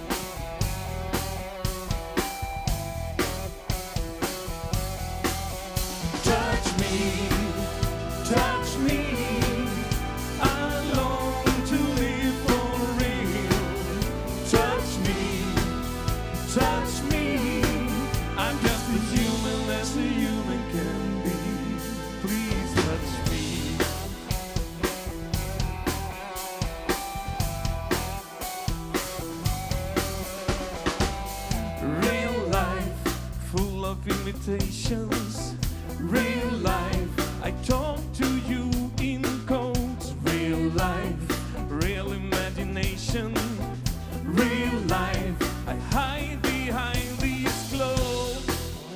Speaker 7: Touch me, touch me. I long to live for real. Touch me, touch me. I'm just as human as a human can be. Please touch me. Real life, full of imitations. Real life, I talk to you in codes. Real life, real imagination. Real life, I hide behind these clothes.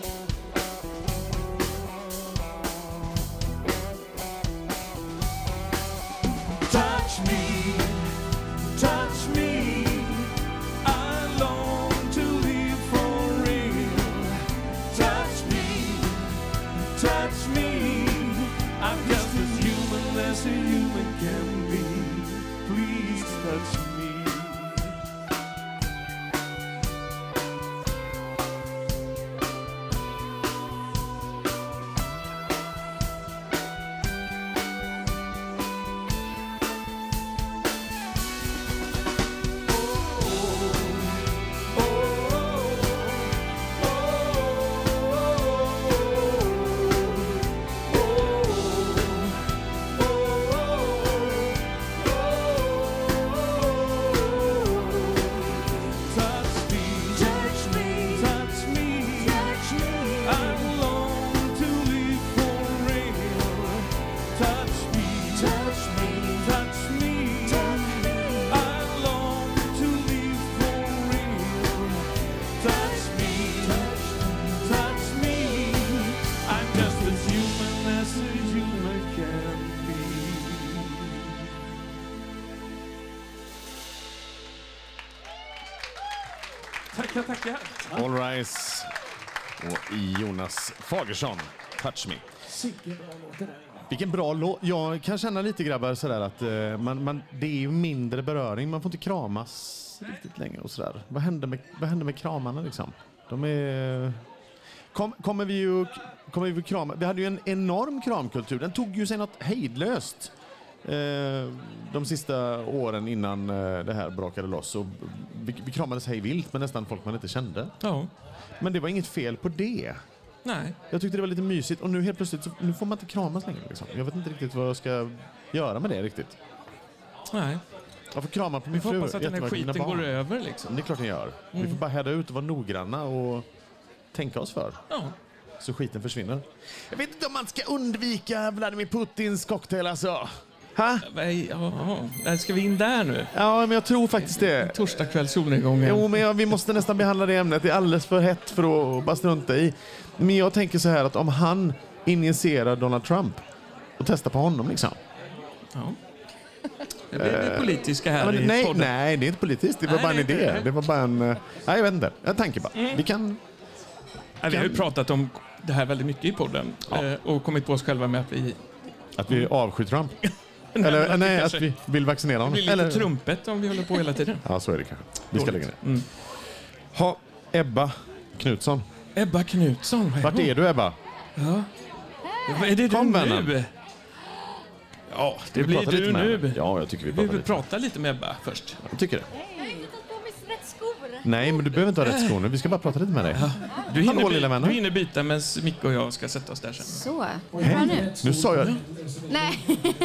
Speaker 7: Touch me, touch me. I long to live for real. Touch me, touch me. I'm just as human as a human can be. Please touch me. Tackar.
Speaker 1: All Rise och Jonas Fagersson, Touch Me. Vilken bra låt. Jag kan känna lite, grabbar, sådär att det är ju mindre beröring. Man får inte kramas riktigt länge och sådär. Vad händer med kramarna liksom? De är... Kommer vi krama? Vi hade ju en enorm kramkultur. Den tog ju sig något hejdlöst de sista åren innan det här brakade loss. Och vi kramades hej vilt med nästan folk man inte kände.
Speaker 3: Ja.
Speaker 1: Men det var inget fel på det.
Speaker 3: Nej.
Speaker 1: Jag tyckte det var lite mysigt. Och nu helt plötsligt nu får man inte kramas längre liksom. Jag vet inte riktigt vad jag ska göra med det riktigt.
Speaker 3: Nej.
Speaker 1: Jag får krama på min fru.
Speaker 3: Vi hoppas att den här skiten går över liksom.
Speaker 1: Det är klart den gör. Vi får bara häda ut och vara noggranna och tänka oss för.
Speaker 3: Ja.
Speaker 1: Så skiten försvinner. Jag vet inte om man ska undvika Vladimir Putins cocktail alltså. Ha?
Speaker 3: Ja, ska vi in där nu?
Speaker 1: Ja, men jag tror faktiskt det.
Speaker 3: Torsdag kväll, solnedgången.
Speaker 1: Jo, men vi måste nästan behandla det ämnet. Det är alldeles för hett för att bara strunta i. Men jag tänker så här att om han injicerar Donald Trump och testar på honom liksom.
Speaker 3: Ja. Det blir det politiska här i
Speaker 1: nej,
Speaker 3: podden.
Speaker 1: Nej, det är inte politiskt. Det var bara en idé. Det var bara en... Nej, jag vet inte. Jag tänker bara. Vi kan...
Speaker 3: Vi har ju pratat om det här väldigt mycket i podden. Och kommit på oss själva med
Speaker 1: att vi avskyr Trump. Eller att vi vill vaccinera honom.
Speaker 3: Det blir lite trumpet om vi håller på hela tiden.
Speaker 1: Ja, så är det kanske. Vi ska lägga ner. Ebba Knutsson.
Speaker 3: Ebba Knutsson.
Speaker 1: Vart är du, Ebba?
Speaker 3: Ja. Vad är det
Speaker 1: Kom,
Speaker 3: du
Speaker 1: vännen.
Speaker 3: nu?
Speaker 1: Ja,
Speaker 3: det blir du nu.
Speaker 1: Ja, jag tycker vi
Speaker 3: vill prata lite med Ebba först.
Speaker 1: Jag tycker det.
Speaker 9: Jag har inte tagit på mig rätt skor.
Speaker 1: Nej, men du behöver inte ha rätt skor nu. Vi ska bara prata lite med dig.
Speaker 3: Ja. Du
Speaker 1: lilla
Speaker 3: hinner byta medan Micke och jag ska sätta oss där sen.
Speaker 9: Så, är det bra nu?
Speaker 1: Nu sa jag...
Speaker 9: Nej.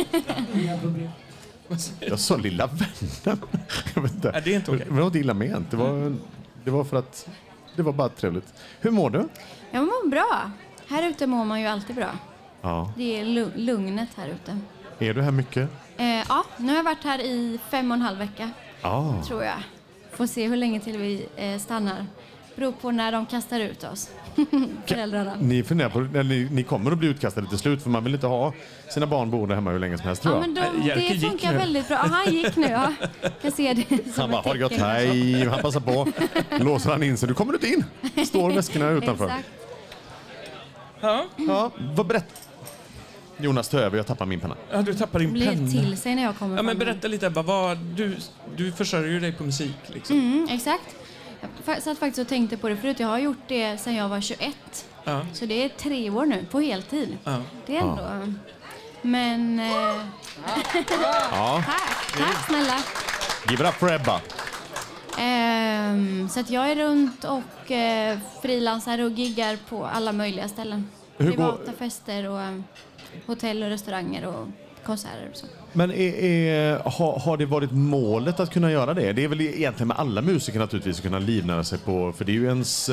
Speaker 1: Jag sa lilla vännen. Jag vet inte.
Speaker 3: Det är inte okej.
Speaker 1: Det var inte illa ment. Det var för att det var bara trevligt. Hur mår du?
Speaker 9: Jag mår bra.
Speaker 11: Här ute mår man ju alltid bra.
Speaker 1: Ja.
Speaker 11: Det är lugnet här ute.
Speaker 1: Är du här mycket?
Speaker 11: Ja, nu har jag varit här i 5,5 vecka. Tror jag. Får se hur länge till vi stannar. Beror på när de kastar ut oss. Föräldrarna.
Speaker 1: Ni funderar på, ni kommer att bli utkastade till slut, för man vill inte ha sina barn boende hemma hur länge som helst, tror jag.
Speaker 11: Ja, men det funkar väldigt bra. Han gick nu, ja. Jag ser det som
Speaker 1: han bara, har det gott, hej. Han passar på. Låser han in sig. Du kommer inte in. Står väskorna utanför.
Speaker 11: Exakt.
Speaker 1: Ja, vad berätt. Jonas, ta över. Jag tappar min penna.
Speaker 3: Ja, du tappar din penna.
Speaker 11: Blir till sig när jag kommer.
Speaker 3: Ja, men berätta lite, Ebba. Du försörjer ju dig på musik, liksom.
Speaker 11: Exakt. Jag satt faktiskt och tänkte på det förut. Jag har gjort det sedan jag var 21.
Speaker 3: Ja.
Speaker 11: Så det är 3 år nu, på heltid.
Speaker 3: Ja.
Speaker 11: Det är ändå... Men... Tack snälla.
Speaker 1: Give it up for Ebba.
Speaker 11: Så att jag är runt och frilansar och giggar på alla möjliga ställen. Privata fester och hotell och restauranger och konserter och så.
Speaker 1: Men har det varit målet att kunna göra det? Det är väl egentligen med alla musiker naturligtvis att kunna livnära sig på, för det är ju ens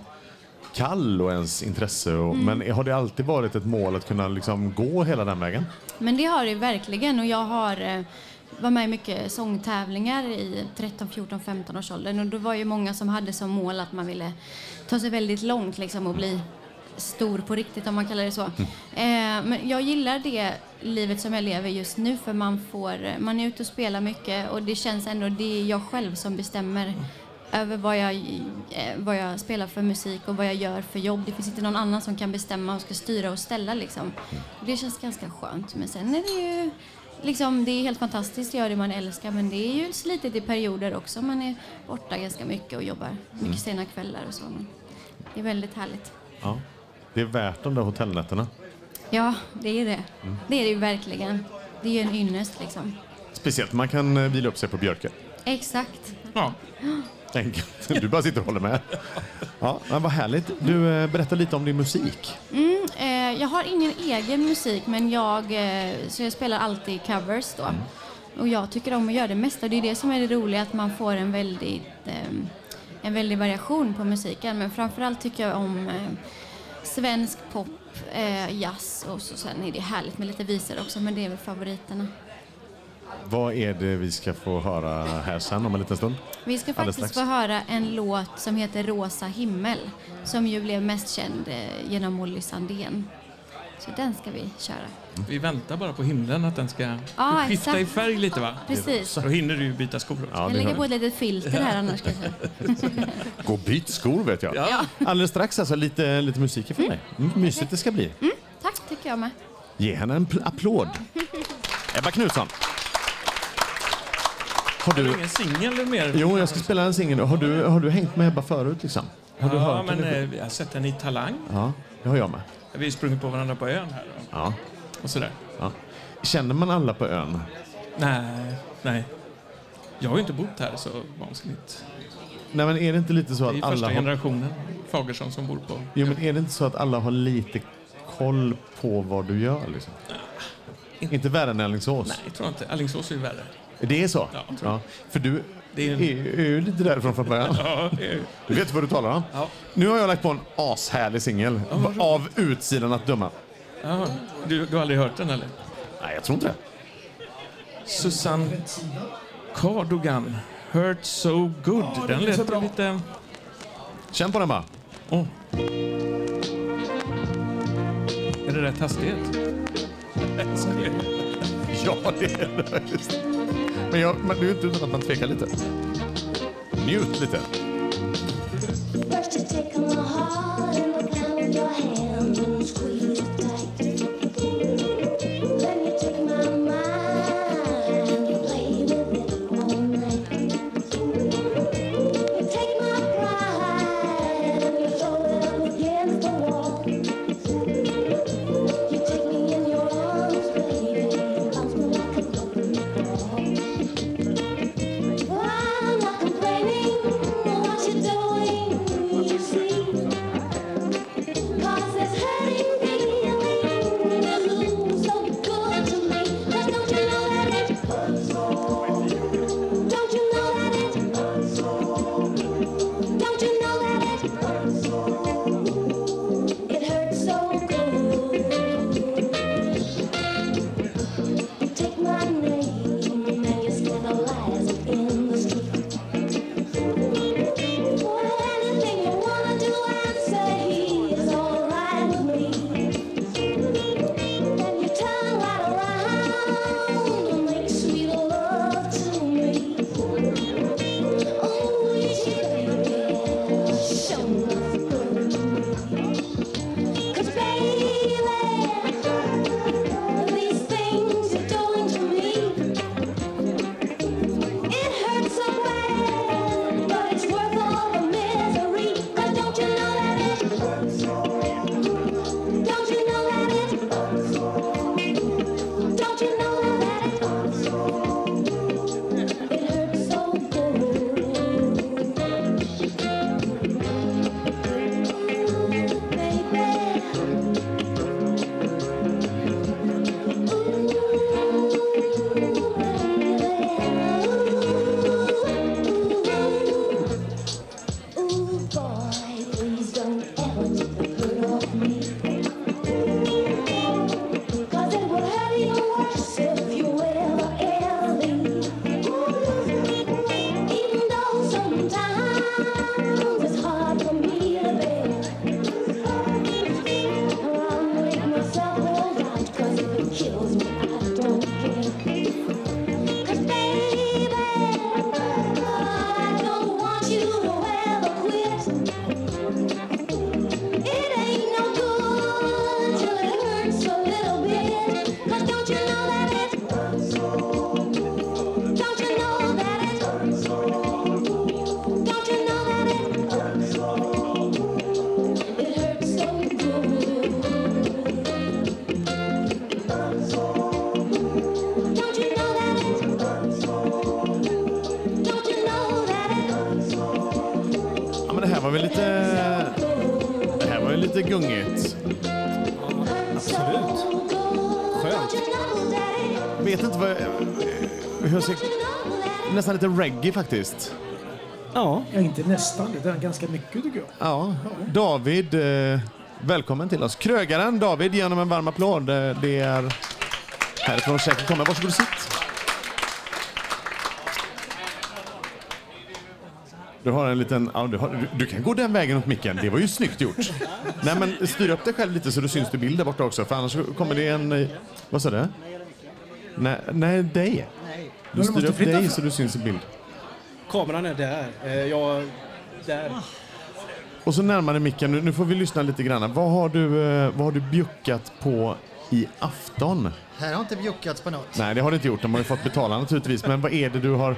Speaker 1: kall och ens intresse. Men har det alltid varit ett mål att kunna liksom gå hela den vägen?
Speaker 11: Men det har det verkligen, och jag har var med i mycket sångtävlingar i 13, 14, 15 års åldern, och då var ju många som hade som mål att man ville ta sig väldigt långt liksom, och bli stor på riktigt, om man kallar det så. Men jag gillar det livet som jag lever just nu, för man är ute och spelar mycket, och det känns ändå, det är jag själv som bestämmer över vad jag spelar för musik och vad jag gör för jobb. Det finns inte någon annan som kan bestämma och ska styra och ställa liksom. Det känns ganska skönt, men sen är det ju liksom, det är helt fantastiskt att göra det man älskar, men det är ju slitigt i perioder också. Man är borta ganska mycket och jobbar mycket sena kvällar och så, men det är väldigt härligt.
Speaker 1: Ja. Det är värt de där hotellnätterna.
Speaker 11: Ja, det är det. Det är det ju verkligen. Det är ju en ynnest liksom.
Speaker 1: Speciellt man kan vila upp sig på Björke.
Speaker 11: Exakt.
Speaker 3: Ja.
Speaker 1: Enkelt. Du bara sitter och håller med. Ja, men vad härligt. Du berättar lite om din musik.
Speaker 11: Jag har ingen egen musik, men så jag spelar alltid covers då. Och jag tycker om att göra det mesta. Det är det som är det roliga, att man får en väldig variation på musiken. Men framförallt tycker jag om svensk pop, jazz, och så sen är det härligt med lite visor också, men det är väl favoriterna.
Speaker 1: Vad är det vi ska få höra här sen om en liten stund?
Speaker 11: Vi ska faktiskt få höra en låt som heter Rosa himmel, som ju blev mest känd genom Molly Sandén. Så den ska vi köra.
Speaker 3: Vi väntar bara på himlen, att den ska skifta i färg lite, va?
Speaker 11: Precis.
Speaker 3: Då hinner du ju byta skor också.
Speaker 11: Jag lägger på ett litet filter här annars kanske.
Speaker 1: Gå och byt skor, vet jag.
Speaker 3: Ja.
Speaker 1: Alldeles strax alltså lite musik för mig. Mysigt det ska bli.
Speaker 11: Tack, tycker jag med.
Speaker 1: Ge henne en applåd. Ebba Knutsson. Har du
Speaker 3: ingen singel eller mer?
Speaker 1: Jo, jag ska spela en singel. Har du hängt med Ebba förut liksom? Har du hört
Speaker 3: men jag har sett henne i Talang.
Speaker 1: Ja, det har jag med.
Speaker 3: Vi har sprungit på varandra på ön här. Och sådär.
Speaker 1: Ja. Känner man alla på ön?
Speaker 3: Nej. Jag har ju inte bott här så vansinnigt.
Speaker 1: Nej, men är det inte lite så att
Speaker 3: alla... Det är första generationen Fagersson som bor på...
Speaker 1: Jo, men är det inte så att alla har lite koll på vad du gör liksom? Inte värre än Alingsås?
Speaker 3: Nej, jag tror inte. Alingsås är ju värre.
Speaker 1: Det är så? Ja. För du är ju lite därifrån från början. Du vet vad du talar om.
Speaker 3: Ja.
Speaker 1: Nu har jag lagt på en ashärlig singel. Av utsidan att döma.
Speaker 3: Ja. Du har aldrig hört den, eller?
Speaker 1: Nej, jag tror inte det.
Speaker 3: Susanne Cardogan. Hurt So Good. Den lät lite...
Speaker 1: Känn på den bara.
Speaker 3: Är det rätt hastighet?
Speaker 1: Ja, det är det. Just. Men det är ju inte utan att man tvekar lite. Njut lite.
Speaker 10: First you take my heart in the palm of your hand and squeeze it tight. Then you take my mind and you play with it all night. You take my pride and you throw it up against the wall. You take me in your arms, baby, bounce me like a bubble ball. I'm not complaining what you're doing, you see. show what's good. 'Cause baby, these things you're doing to me, it hurts so bad, but it's worth all the misery. 'Cause don't you know that it hurts so? Don't you know that it hurts so? Don't you know that it hurts so? It hurts so good. Ooh, boy, please don't ever take the foot off me. 'Cause it will hurt even worse if you ever leave. Even though sometimes it's hard for me to bear, I'll make myself hold out, 'cause if it kills me, I don't care. 'Cause baby, I don't want you to ever quit. It ain't no good till it hurts a little bit. 'Cause don't you know that it hurts so? Don't you know that it hurts so? Don't you know that it hurts so? It hurts so good. Don't you know that it hurts so? Don't you know that it hurts so?
Speaker 1: Ja, men det här var väl lite gungigt.
Speaker 4: Absolut. Skönt.
Speaker 1: Vet inte vad hur ser nästan lite reggae faktiskt.
Speaker 4: Ja.
Speaker 2: Ja, inte nästan. Det är ganska mycket tycker jag.
Speaker 1: Ja. David, välkommen till oss. Krögaren David, genom en varm applåd. Det är härifrån säkert kommer. Varsågod, sitt. Du har en liten... Ja, du kan gå den vägen åt micken. Det var ju snyggt gjort. Nej, men styr upp dig själv lite så du syns i bild där borta också. För annars kommer det en... Vad sa du? Nej, dig. Du styr upp dig så du syns i bild.
Speaker 4: Kameran är där. Där.
Speaker 1: Och så närmare micken. Nu får vi lyssna lite grann. Vad har du bjuckat på i afton?
Speaker 12: Här har inte bjuckats på något.
Speaker 1: Nej, det har det inte gjort. De har ju fått betala naturligtvis. Men vad är det du har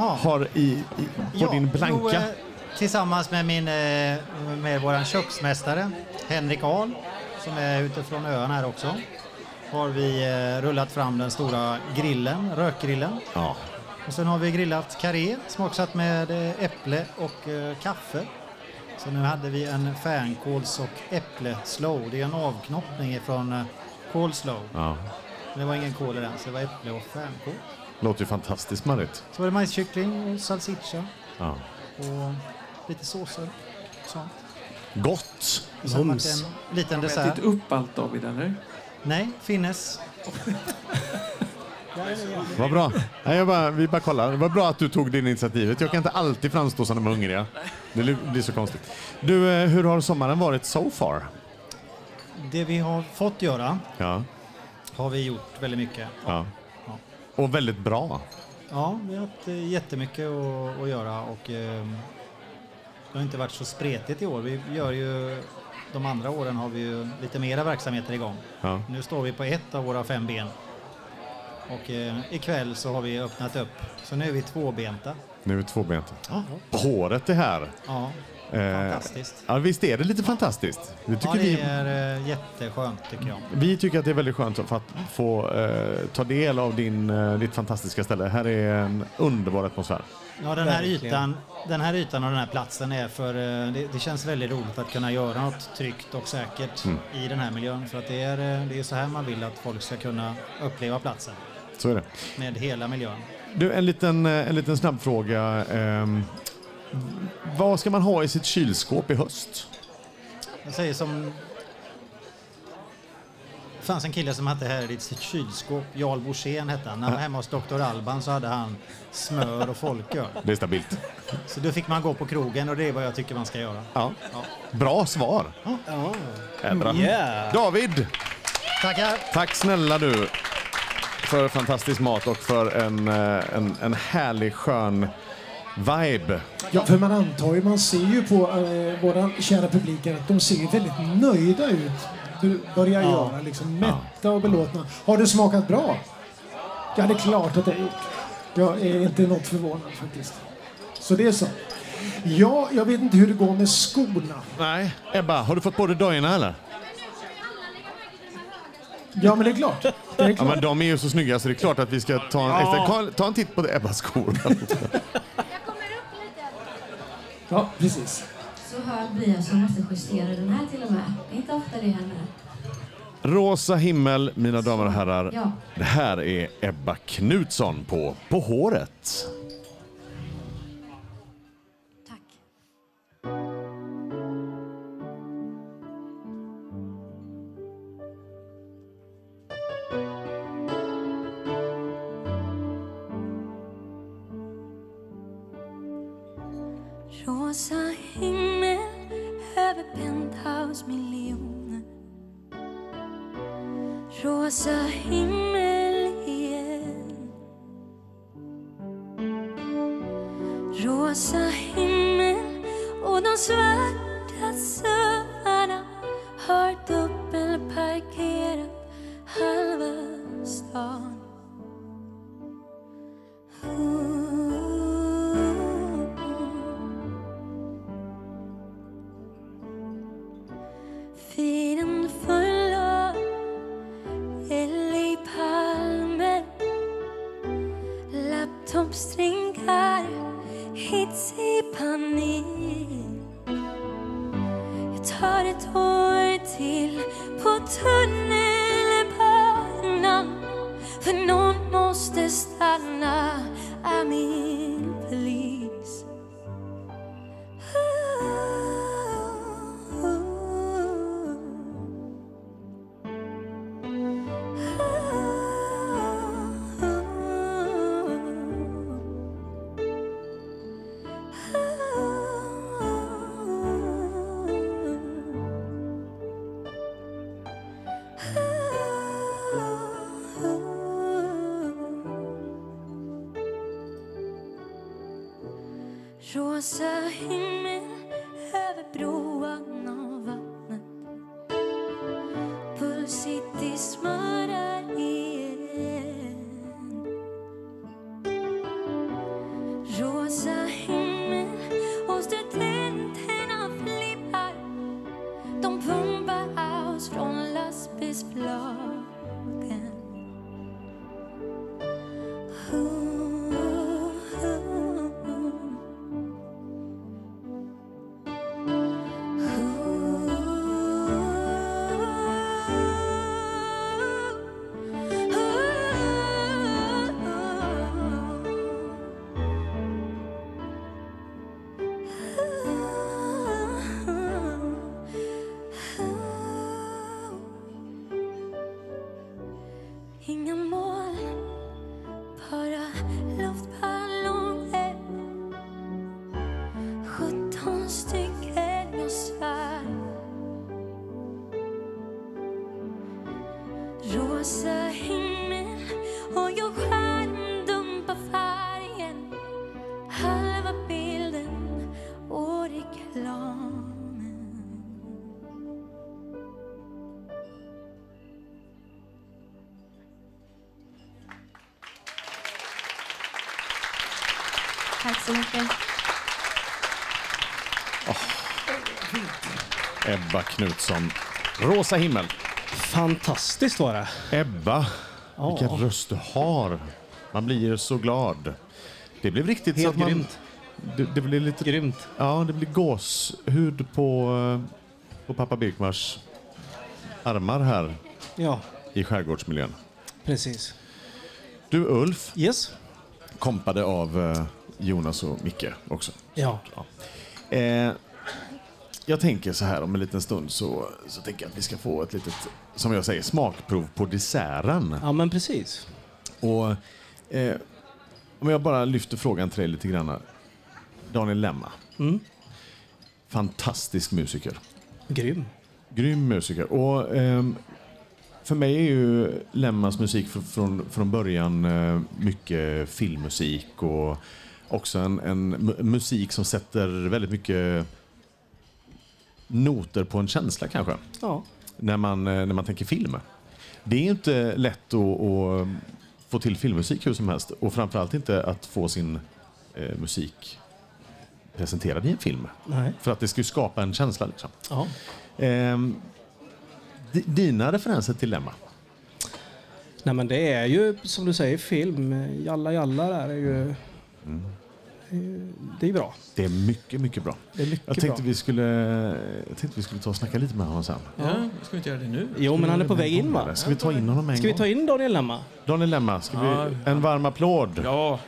Speaker 1: på din blanka?
Speaker 12: Tillsammans med våran köksmästare Henrik Ahl, som är utifrån ön här också, har vi rullat fram den stora grillen, rökgrillen.
Speaker 1: Ja.
Speaker 12: Och sen har vi grillat karré, smaksatt med äpple och kaffe. Så nu hade vi en fänkåls- och äpple-slow. Det är en avknoppning från coleslaw.
Speaker 1: Ja.
Speaker 12: Det var ingen kål i den, så det var äpple och fänkål.
Speaker 1: Låter ju fantastiskt, Marit.
Speaker 12: Så var det majskyckling och salsiccia.
Speaker 1: Ja.
Speaker 12: Och lite såser. Sånt.
Speaker 1: Gott!
Speaker 12: Mums. En liten dessert.
Speaker 3: Har du ätit upp allt, David, eller?
Speaker 12: Nej, finnes.
Speaker 1: Vad bra. Nej, vi bara kollar. Det var bra att du tog det initiativet. Jag kan inte alltid framstå som de hungriga. Det blir så konstigt. Du, hur har sommaren varit so far?
Speaker 12: Det vi har fått göra
Speaker 1: har
Speaker 12: vi gjort väldigt mycket.
Speaker 1: Ja. Och väldigt bra.
Speaker 12: Ja, vi har haft jättemycket att göra och det har inte varit så spretigt i år. Vi gör ju, de andra åren har vi ju lite mera verksamheter igång.
Speaker 1: Ja.
Speaker 12: Nu står vi på ett av våra 5 ben. Och ikväll så har vi öppnat upp. Så nu är vi 2-benta.
Speaker 1: Nu är vi 2-benta. Håret är här.
Speaker 12: Ja, fantastiskt.
Speaker 1: Ja, visst är det lite fantastiskt. Det tycker
Speaker 12: det är jätteskönt tycker jag.
Speaker 1: Vi tycker att det är väldigt skönt att få ta del av ditt fantastiska ställe. Här är en underbar atmosfär.
Speaker 12: Ja, den här ytan och den här platsen är för... Det känns väldigt roligt att kunna göra något tryggt och säkert i den här miljön. För att det är så här man vill att folk ska kunna uppleva platsen.
Speaker 1: Så är det.
Speaker 12: Med hela miljön.
Speaker 1: Du, en liten snabb fråga. Vad ska man ha i sitt kylskåp i höst?
Speaker 12: Jag säger som... Det fanns en kille som hade här i sitt kylskåp. Jarl Borssén hette han. När han var hemma hos Dr. Alban så hade han smör och folköl.
Speaker 1: Det är stabilt.
Speaker 12: Så då fick man gå på krogen och det är vad jag tycker man ska göra.
Speaker 1: Ja. Bra svar. David!
Speaker 12: Tackar.
Speaker 1: Tack snälla du för fantastisk mat och för en härlig, skön vibe.
Speaker 2: Ja, för man antar ju, man ser ju på våra kära publiker att de ser väldigt nöjda ut. Du börjar göra liksom mätta och belåtna. Har det smakat bra? Ja, det är klart att det är gjort. Jag är inte något förvånad faktiskt. Så det är så. Ja, jag vet inte hur det går med skorna.
Speaker 1: Nej, Ebba, har du fått både dojorna eller?
Speaker 2: Ja, men det är klart.
Speaker 1: Ja, men de är ju så snygga så det är klart att vi ska ta en titt på Ebbas skor.
Speaker 2: Ja, precis.
Speaker 9: Så hög blir jag så jag måste justera den här till och med. Det är inte ofta det händer.
Speaker 1: Rosa himmel, mina damer och herrar.
Speaker 9: Ja.
Speaker 1: Det här är Ebba Knutsson på håret.
Speaker 10: Rosa himmel över penthouse-miljoner. Rosa himmel igen. Rosa himmel och de svarta sövarna har dubbelparkerat halva stan. Firen full av LA-palmer, laptopstringar, hits i panik. Jag tar ett år till på tunnelbanan, för någon måste stanna, är min polis. Rosa himmel över broan av vattnet. Bull City smörar igen. Rosa himmel och studenterna flippar. De pumpar house från lastbilsflaken. Inga mål, bara luftballonger. 17 stycken, jag svär. Rosa himmel och jag stjärndumpar färgen. Halva bilden och reklamen.
Speaker 11: Tack så mycket.
Speaker 1: Ebba Knutsson. Rosa himmel.
Speaker 4: Fantastiskt var det.
Speaker 1: Ebba,
Speaker 4: Ja.
Speaker 1: vilken röst du har. Man blir så glad. Det blev riktigt
Speaker 4: Helt
Speaker 1: så att man...
Speaker 4: grymt.
Speaker 1: Det blir lite...
Speaker 4: Grymt.
Speaker 1: Ja, det blir gåshud på pappa Birkmars armar här
Speaker 4: Ja,
Speaker 1: i skärgårdsmiljön.
Speaker 4: precis.
Speaker 1: Du Ulf,
Speaker 4: Yes.
Speaker 1: kompade av Jonas och Micke också.
Speaker 4: Ja.
Speaker 1: Jag tänker så här, om en liten stund så tänker jag att vi ska få ett litet, som jag säger, smakprov på desserten.
Speaker 4: Ja, men precis.
Speaker 1: Och om jag bara lyfter frågan till dig lite grann. Daniel Lemma.
Speaker 4: Mm.
Speaker 1: Fantastisk musiker.
Speaker 4: Grym
Speaker 1: musiker. Och för mig är ju Lemmas musik från början mycket filmmusik och också en musik som sätter väldigt mycket noter på en känsla kanske.
Speaker 4: Ja.
Speaker 1: När man tänker film. Det är inte lätt att få till filmmusik hur som helst. Och framförallt inte att få sin musik presenterad i en film.
Speaker 4: Nej.
Speaker 1: För att det ska ju skapa en känsla. Liksom.
Speaker 4: Ja.
Speaker 1: Dina referenser till Lemma?
Speaker 4: Nej, men det är ju som du säger film. Jalla där är ju... Det är bra.
Speaker 1: Det är mycket, mycket bra.
Speaker 4: Det är mycket
Speaker 1: Jag tänkte
Speaker 4: bra.
Speaker 1: vi skulle ta och snacka lite med honom sen.
Speaker 3: Ja, ska vi inte göra det nu?
Speaker 4: Jo, men han är på väg in, va?
Speaker 1: Ska vi ta in honom en
Speaker 4: Ska vi ta in Daniel Lemma?
Speaker 1: Daniel Lemma, en varm applåd.
Speaker 3: Ja.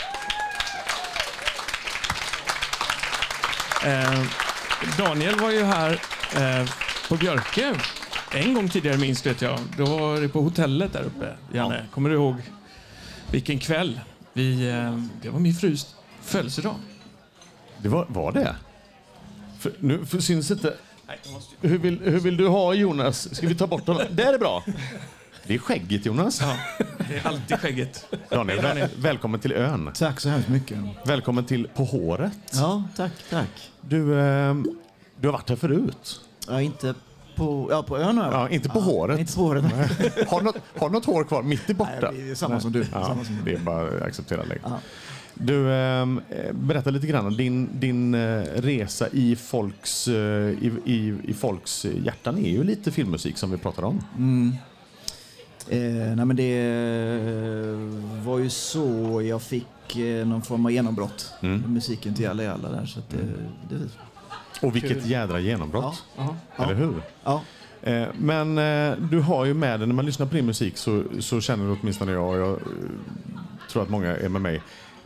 Speaker 3: Daniel var ju här på Björke en gång tidigare, minst vet jag. Då var det på hotellet där uppe, Janne. Ja. Kommer du ihåg vilken kväll? Det var min frus födelsedag.
Speaker 1: Det var det? För syns inte... Hur vill du ha, Jonas? Ska vi ta bort honom? Det är bra. Det är skägget, Jonas.
Speaker 3: Ja, det är alltid skägget.
Speaker 1: Daniel, välkommen till ön.
Speaker 13: Tack så hemskt mycket.
Speaker 1: Välkommen till På håret.
Speaker 13: Ja, tack.
Speaker 1: Du har varit här förut.
Speaker 13: Ja, inte på ön.
Speaker 1: Ja, inte på håret.
Speaker 13: Inte på håret.
Speaker 1: Har något hår kvar mitt i borta?
Speaker 13: Nej, det är samma som du.
Speaker 1: Ja, det är bara att acceptera lägg. Ja. Du, berätta lite grann din resa i folks hjärtan är ju lite filmmusik som vi pratar om.
Speaker 13: Nej, men det var ju så jag fick någon form av genombrott. Musiken till alla där. Så att det
Speaker 1: och vilket jädra genombrott.
Speaker 13: Ja.
Speaker 1: Eller hur?
Speaker 13: Ja.
Speaker 1: Men du har ju med dig, när man lyssnar på din musik så känner du åtminstone jag tror att många är med mig,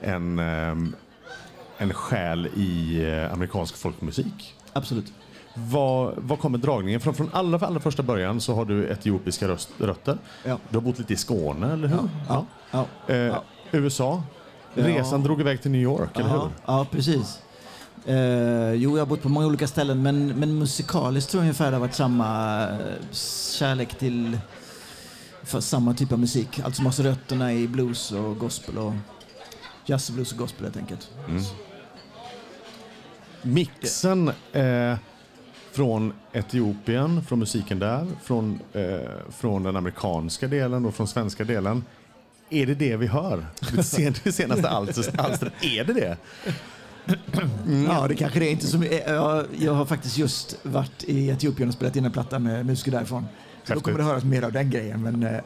Speaker 1: en själ i amerikansk folkmusik.
Speaker 13: Absolut.
Speaker 1: Vad kommer dragningen? Från allra första början så har du etiopiska rötter.
Speaker 13: Ja.
Speaker 1: Du har bott lite i Skåne, eller hur?
Speaker 13: Ja.
Speaker 1: USA. Resan drog iväg till New York, eller hur?
Speaker 13: Ja, precis. Jag har bott på många olika ställen, men musikaliskt tror jag ungefär det har varit samma kärlek till för samma typ av musik. Alltså måste rötterna i blues och gospel och jazz, blues och gospel helt enkelt.
Speaker 1: Mixen från Etiopien, från musiken där, från den amerikanska delen och från svenska delen. Är det vi hör? Det senaste alstret, är det?
Speaker 13: Ja, det kanske det är inte så mycket. Jag har faktiskt just varit i Etiopien och spelat in en platta med musiker därifrån. Så då kommer det höras mer av den grejen.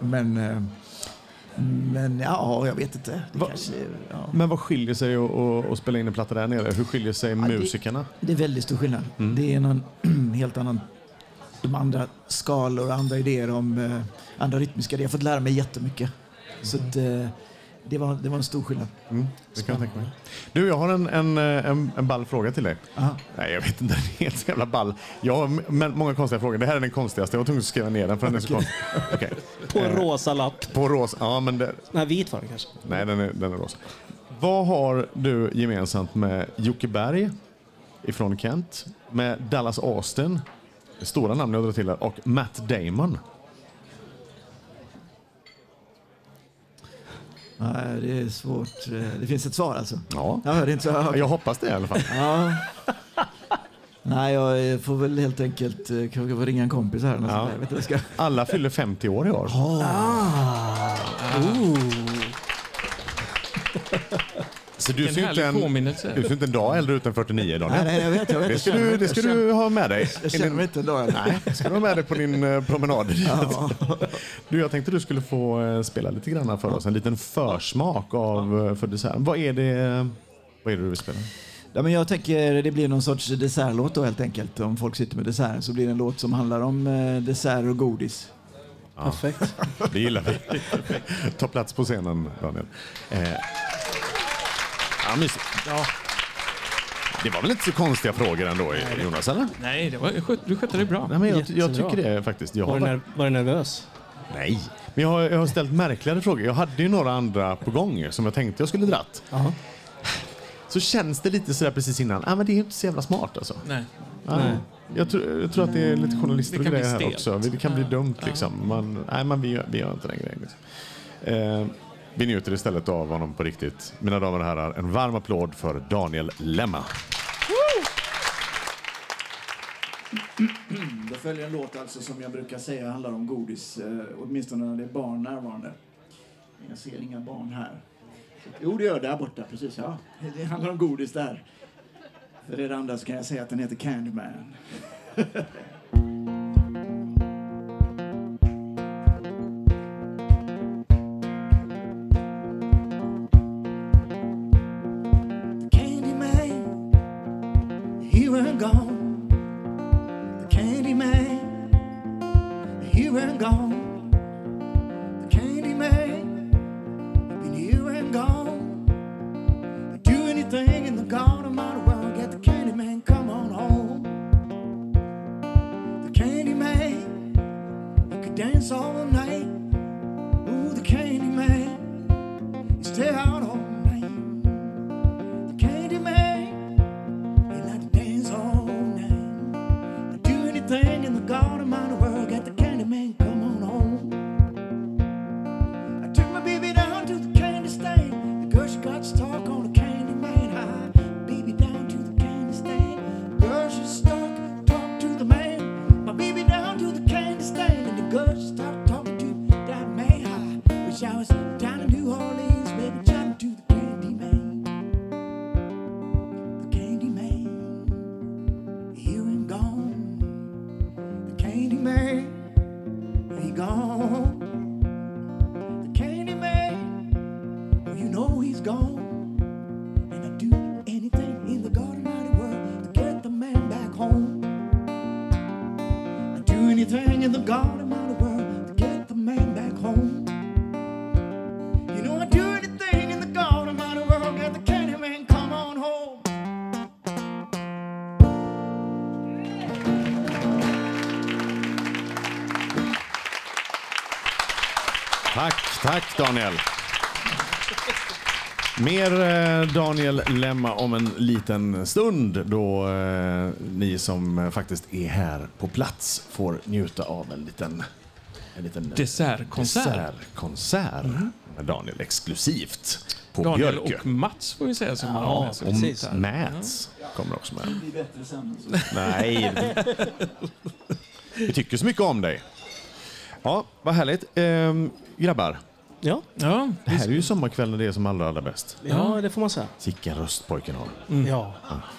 Speaker 13: Men ja, jag vet inte.
Speaker 1: Men vad skiljer sig att spela in en platta där nere? Hur skiljer sig musikerna?
Speaker 13: Det är väldigt stor skillnad. Det är någon helt annan... De andra skalor och andra idéer om andra rytmiska idéer. Jag har fått lära mig jättemycket. Så att, det var en stor skillnad.
Speaker 1: Det kan jag tänka mig. Du, jag har en ball fråga till dig.
Speaker 13: Aha.
Speaker 1: Nej, jag vet inte, det är helt så jävla ball. Jag har många konstiga frågor. Det här är den konstigaste. Jag var tvungen att skriva ner den för den är så konstig. Okay.
Speaker 4: På en rosa lapp.
Speaker 1: På rosa, ja men det...
Speaker 4: Nej, vit var det kanske.
Speaker 1: Nej, den är rosa. Vad har du gemensamt med Jocke Berg ifrån Kent, med Dallas Austin, stora namn jag drar till här, och Matt Damon?
Speaker 13: Nej, det är svårt. Det finns ett svar alltså.
Speaker 1: Ja.
Speaker 13: Jag hörde inte så högt.
Speaker 1: Jag hoppas det i alla fall.
Speaker 13: Ja. Nej, jag får väl helt enkelt ringa en kompis här.
Speaker 1: Ja.
Speaker 13: Jag vet inte, ska...
Speaker 1: Alla fyller 50 år i år. Så du ser inte en dag äldre ut än 49 dagar.
Speaker 13: Nej, jag vet.
Speaker 1: Det ska du ha med dig.
Speaker 13: Jag känner mig inte en dag.
Speaker 1: Nej, det ska du ha med dig på din promenad. Ja. Du, jag tänkte du skulle få spela lite grann för oss. En liten försmak för desserten. Vad är det du vill spela?
Speaker 13: Ja, men jag tänker det blir någon sorts dessertlåt då helt enkelt. Om folk sitter med dessert så blir det en låt som handlar om dessert och godis.
Speaker 1: Ja.
Speaker 4: Perfekt.
Speaker 1: Det gillar vi. Ta plats på scenen, Daniel. Ja, mysigt. Ja. Det var väl inte så konstiga frågor ändå, Jonas, eller?
Speaker 3: Nej, du skötte det bra.
Speaker 1: Nej, men jag tycker det faktiskt.
Speaker 4: Var du nervös?
Speaker 1: Nej, men jag har ställt märkligare frågor. Jag hade ju några andra på gång som jag tänkte jag skulle dratt. Så känns det lite sådär precis innan. Men det är inte så jävla smart alltså.
Speaker 3: Nej.
Speaker 1: Jag tror att det är lite journalister och grejer här
Speaker 3: stelt.
Speaker 1: också. Det kan bli dumt liksom. Vi gör inte den grejen. Liksom. Vi njuter istället av honom på riktigt. Mina damer och herrar, en varm applåd för Daniel Lemma.
Speaker 13: Då följer en låt alltså som jag brukar säga handlar om godis, åtminstone när det är barn närvarande. Jag ser inga barn här. Jo, det gör där borta, precis. Ja, det handlar om godis där. För det andra så kan jag säga att den heter Candyman. Candyman, here and gone. The Candyman, here and gone. The Candyman, been here and gone. Do anything in the God Almighty world, get the Candyman, come on home. The Candyman, you could dance all night. Ooh, the Candyman, you stay out all night. The Candyman, he like to dance all night. Do anything in the God Almighty world, get the Candyman, come on home. I took my baby down to the candy stand. The girl she got to talk on the Candyman. I baby down to the candy stand. The girl she stuck talk to the man. My baby down to the candy stand, and the girl she started talking to that man. I wish I was down in New Orleans, baby, chatting to the Candyman. The Candyman, here and gone. The Candyman, he gone. The Candyman, well, you know he's gone. And I'd do anything in the God Almighty world to get the man back home. I'd do anything in the God Almighty world to get the man back home. You know I'd do anything in the God Almighty world, get the Candyman, come on home.
Speaker 1: Tack Daniel. Mer Daniel Lemma om en liten stund då ni som faktiskt är här på plats får njuta av en liten
Speaker 3: Dessertkonsert.
Speaker 1: Med Daniel exklusivt på
Speaker 3: Daniel
Speaker 1: Björkö.
Speaker 3: och Mats får vi säga som har med sig.
Speaker 1: Och
Speaker 3: Precis.
Speaker 1: Mats kommer också med.
Speaker 13: Det blir bättre sen.
Speaker 1: Nej, vi tycker så mycket om dig. Ja, vad härligt. Grabbar,
Speaker 4: Ja,
Speaker 3: Ja,
Speaker 1: det här är ju sommarkväll när det är som allra bäst.
Speaker 4: ja, det får man säga.
Speaker 1: Vilken röst pojken har.
Speaker 4: Ja.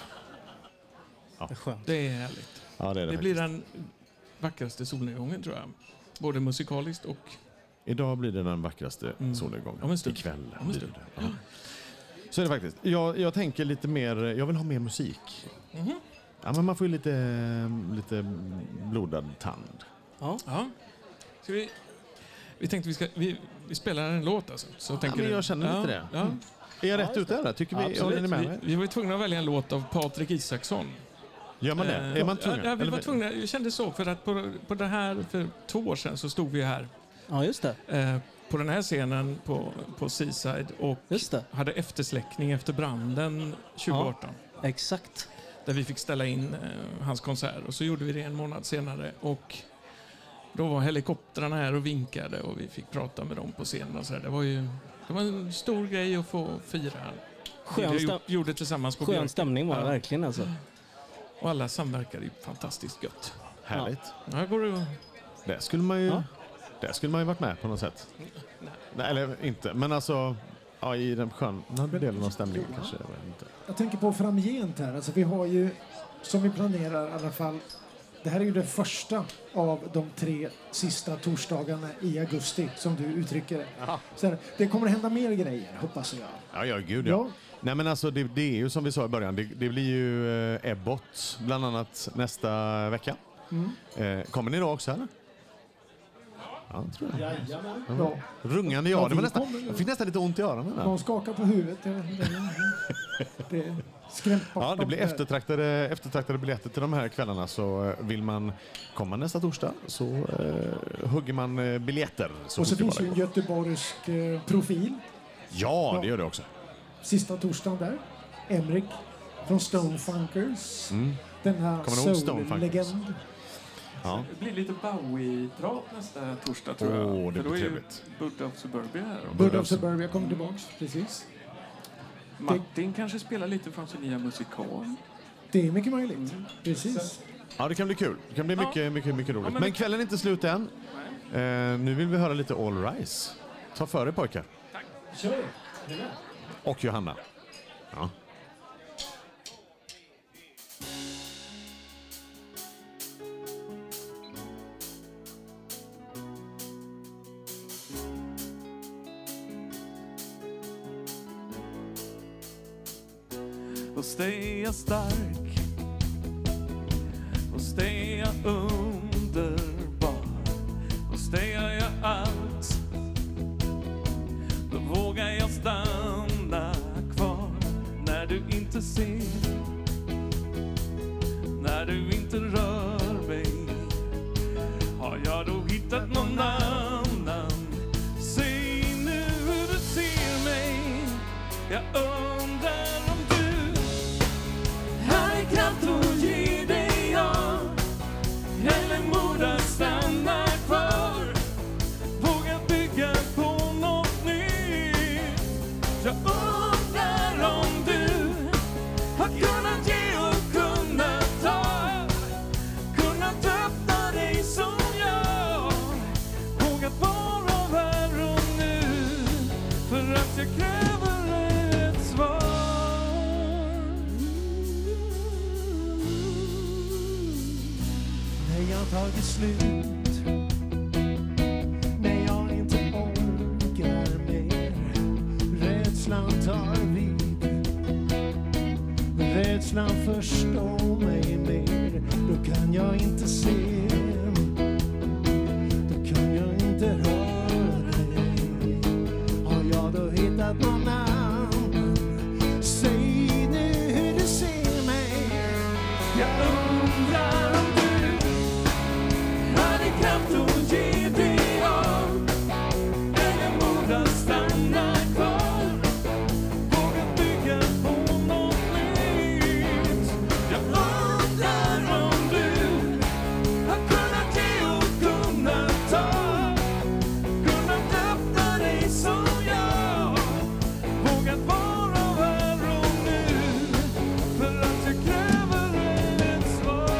Speaker 4: Det är skönt.
Speaker 3: det är härligt.
Speaker 1: Ja, det är det
Speaker 3: Det blir
Speaker 1: faktiskt.
Speaker 3: den vackraste solnedgången tror jag. Både musikaliskt och...
Speaker 1: Idag blir det den vackraste solnedgången.
Speaker 3: Om en stund.
Speaker 1: Ikväll
Speaker 3: Om en
Speaker 1: blir
Speaker 3: stund.
Speaker 1: det. Ja. Så är det faktiskt. Jag tänker lite mer, jag vill ha mer musik. Ja, men man får ju lite blodad tand.
Speaker 3: Ja. Ska vi tänkte vi spelar en låt alltså. Så tänker
Speaker 1: men
Speaker 3: du.
Speaker 1: jag känner lite det.
Speaker 3: Ja.
Speaker 1: Är jag rätt ute där? Tycker vi, håller ni med mig?
Speaker 3: Vi var ju tvungna att välja en låt av Patrik Isaksson.
Speaker 1: Gör man det? Är man tvungen?
Speaker 3: Ja, vi
Speaker 1: Eller-
Speaker 3: var tvungna. Jag kände så för att på det här för 2 år sedan så stod vi här
Speaker 4: Ja, just det.
Speaker 3: på den här scenen på Seaside och
Speaker 4: Just det.
Speaker 3: hade eftersläckning efter branden 2018.
Speaker 4: Exakt.
Speaker 3: Där vi fick ställa in hans konsert och så gjorde vi det en månad senare och då var helikoptrarna här och vinkade och vi fick prata med dem på scenen och så där. Det var en stor grej att få fira.
Speaker 4: Skön
Speaker 3: Vi gjorde tillsammans på
Speaker 4: Skön
Speaker 3: Björkö.
Speaker 4: stämning var det
Speaker 3: Ja.
Speaker 4: verkligen alltså.
Speaker 3: Och alla samverkade ju fantastiskt gött.
Speaker 1: Härligt.
Speaker 3: Ja, går det...
Speaker 1: Det skulle man ju varit med på något sätt. Nej, eller inte. Men alltså, ja, i den sköna delen av stämningen kanske. Jag vet inte.
Speaker 2: Jag tänker på framgent här. Alltså vi har ju, som vi planerar i alla fall, det här är ju det första av de 3 sista torsdagarna i augusti som du uttrycker det. Så här, det kommer att hända mer grejer, hoppas jag.
Speaker 1: Ja, gud ja. Nej, men alltså det är ju som vi sa i början, det blir ju Ebbot bland annat nästa vecka. Kommer ni då också eller? Ja, tror jag.
Speaker 2: Ja.
Speaker 1: Rungande ja, det var nästan, jag fick nästan lite ont i öronen där.
Speaker 2: De skakar på huvudet. Det skrämt bort
Speaker 1: Ja, det blir
Speaker 2: dem där.
Speaker 1: eftertraktade biljetter till de här kvällarna, så vill man komma nästa torsdag så hugger man biljetter.
Speaker 2: Och så
Speaker 1: fort det
Speaker 2: finns
Speaker 1: bara
Speaker 2: ju en
Speaker 1: går.
Speaker 2: göteborgsk profil.
Speaker 1: Ja, det gör det också.
Speaker 2: Sista torsdagen där. Emrik från Stonefunkers. Denna
Speaker 1: Kommer du ihåg Stonefunkers?
Speaker 2: soul-legend.
Speaker 1: Ja.
Speaker 3: Det blir lite Bowie-drap nästa torsdag tror jag.
Speaker 1: Det
Speaker 3: För då
Speaker 1: blir
Speaker 3: är ju
Speaker 1: trevligt.
Speaker 3: Bud of Suburbia här.
Speaker 2: Bud of Suburbia kommer tillbaks, precis.
Speaker 3: Martin kanske spelar lite från sin nya musikal.
Speaker 2: Det är mycket möjligt, precis.
Speaker 1: Ja, det kan bli kul. Det kan bli mycket roligt. Men kvällen är inte slut än. Nu vill vi höra lite All Rise. Ta för er pojkar.
Speaker 3: Tack.
Speaker 2: Kör.
Speaker 1: Och Johanna. Ja.
Speaker 7: Hos dig är jag stark, hos dig är jag underbar, hos dig är jag allt. Då vågar jag stanna kvar när du inte ser, när du inte rör mig. Har jag då hittat någon annan? Säg nu hur du ser mig. Jag undrar om du har kraft att ge dig av, eller mod att stanna kvar. Våga bygga på något nytt. Jag undrar om du har kunnat ge och kunnat ta, kunnat öppna dig som jag. Vågat vara här och nu, för att jag kräver ett svar.
Speaker 2: När jag tagit slut, när jag inte orkar mer, rädslan tar vid, rädslan förstår mig mer. Då kan jag inte se, då kan jag inte röra dig. Har jag då hittat någon annan? Säg nu hur du ser mig.
Speaker 7: Jag undrar om du hade kraft att ge dig av, eller mod att stanna kvar. Våga bygga på något nytt. Jag undrar om du har kunnat ge och kunnat ta, kunnat öppna dig som jag. Vågat vara här och nu, för att jag kräver ett svar.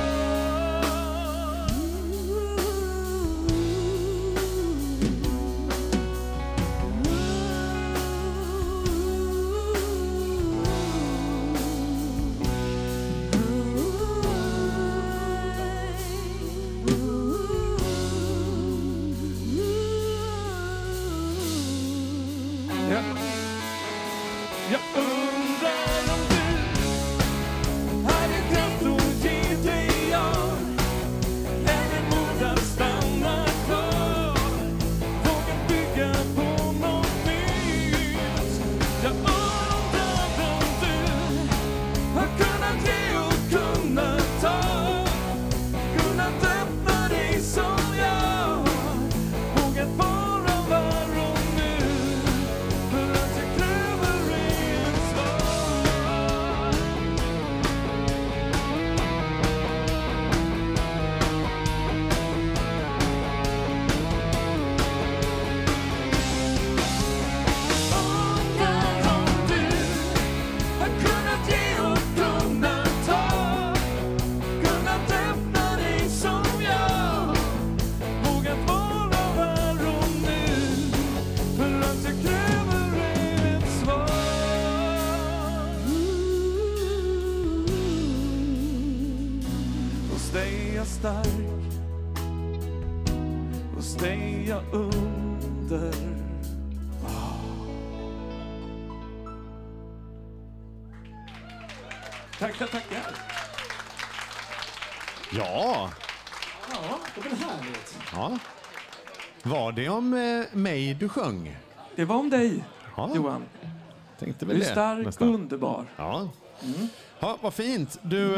Speaker 7: Ja. Jag undrar om du hade kraft att ge dig av, eller mod att stanna kvar. Våga bygga på något nytt. Jag undrar om du har kunnat ge och kunnat ta, kunnat öppna dig som jag. Vågat vara här och nu, för att jag kräver ett svar. Undrar om du har kunnat ge och kunnat ta, kunnat öppna dig som jag. Vågat vara här och nu, för att jag kräver ett svar. Hos dig är jag stark, hos dig är jag under. Tackar.
Speaker 1: Ja.
Speaker 2: Ja, det blir härligt.
Speaker 1: Ja. Var det om mig du sjöng?
Speaker 3: Det var om dig,
Speaker 1: Ja.
Speaker 3: Johan.
Speaker 1: Tänkte
Speaker 3: Du
Speaker 1: väl
Speaker 3: är
Speaker 1: det.
Speaker 3: stark
Speaker 1: nästan.
Speaker 3: och underbar.
Speaker 1: Ja. Ja, vad fint. Du,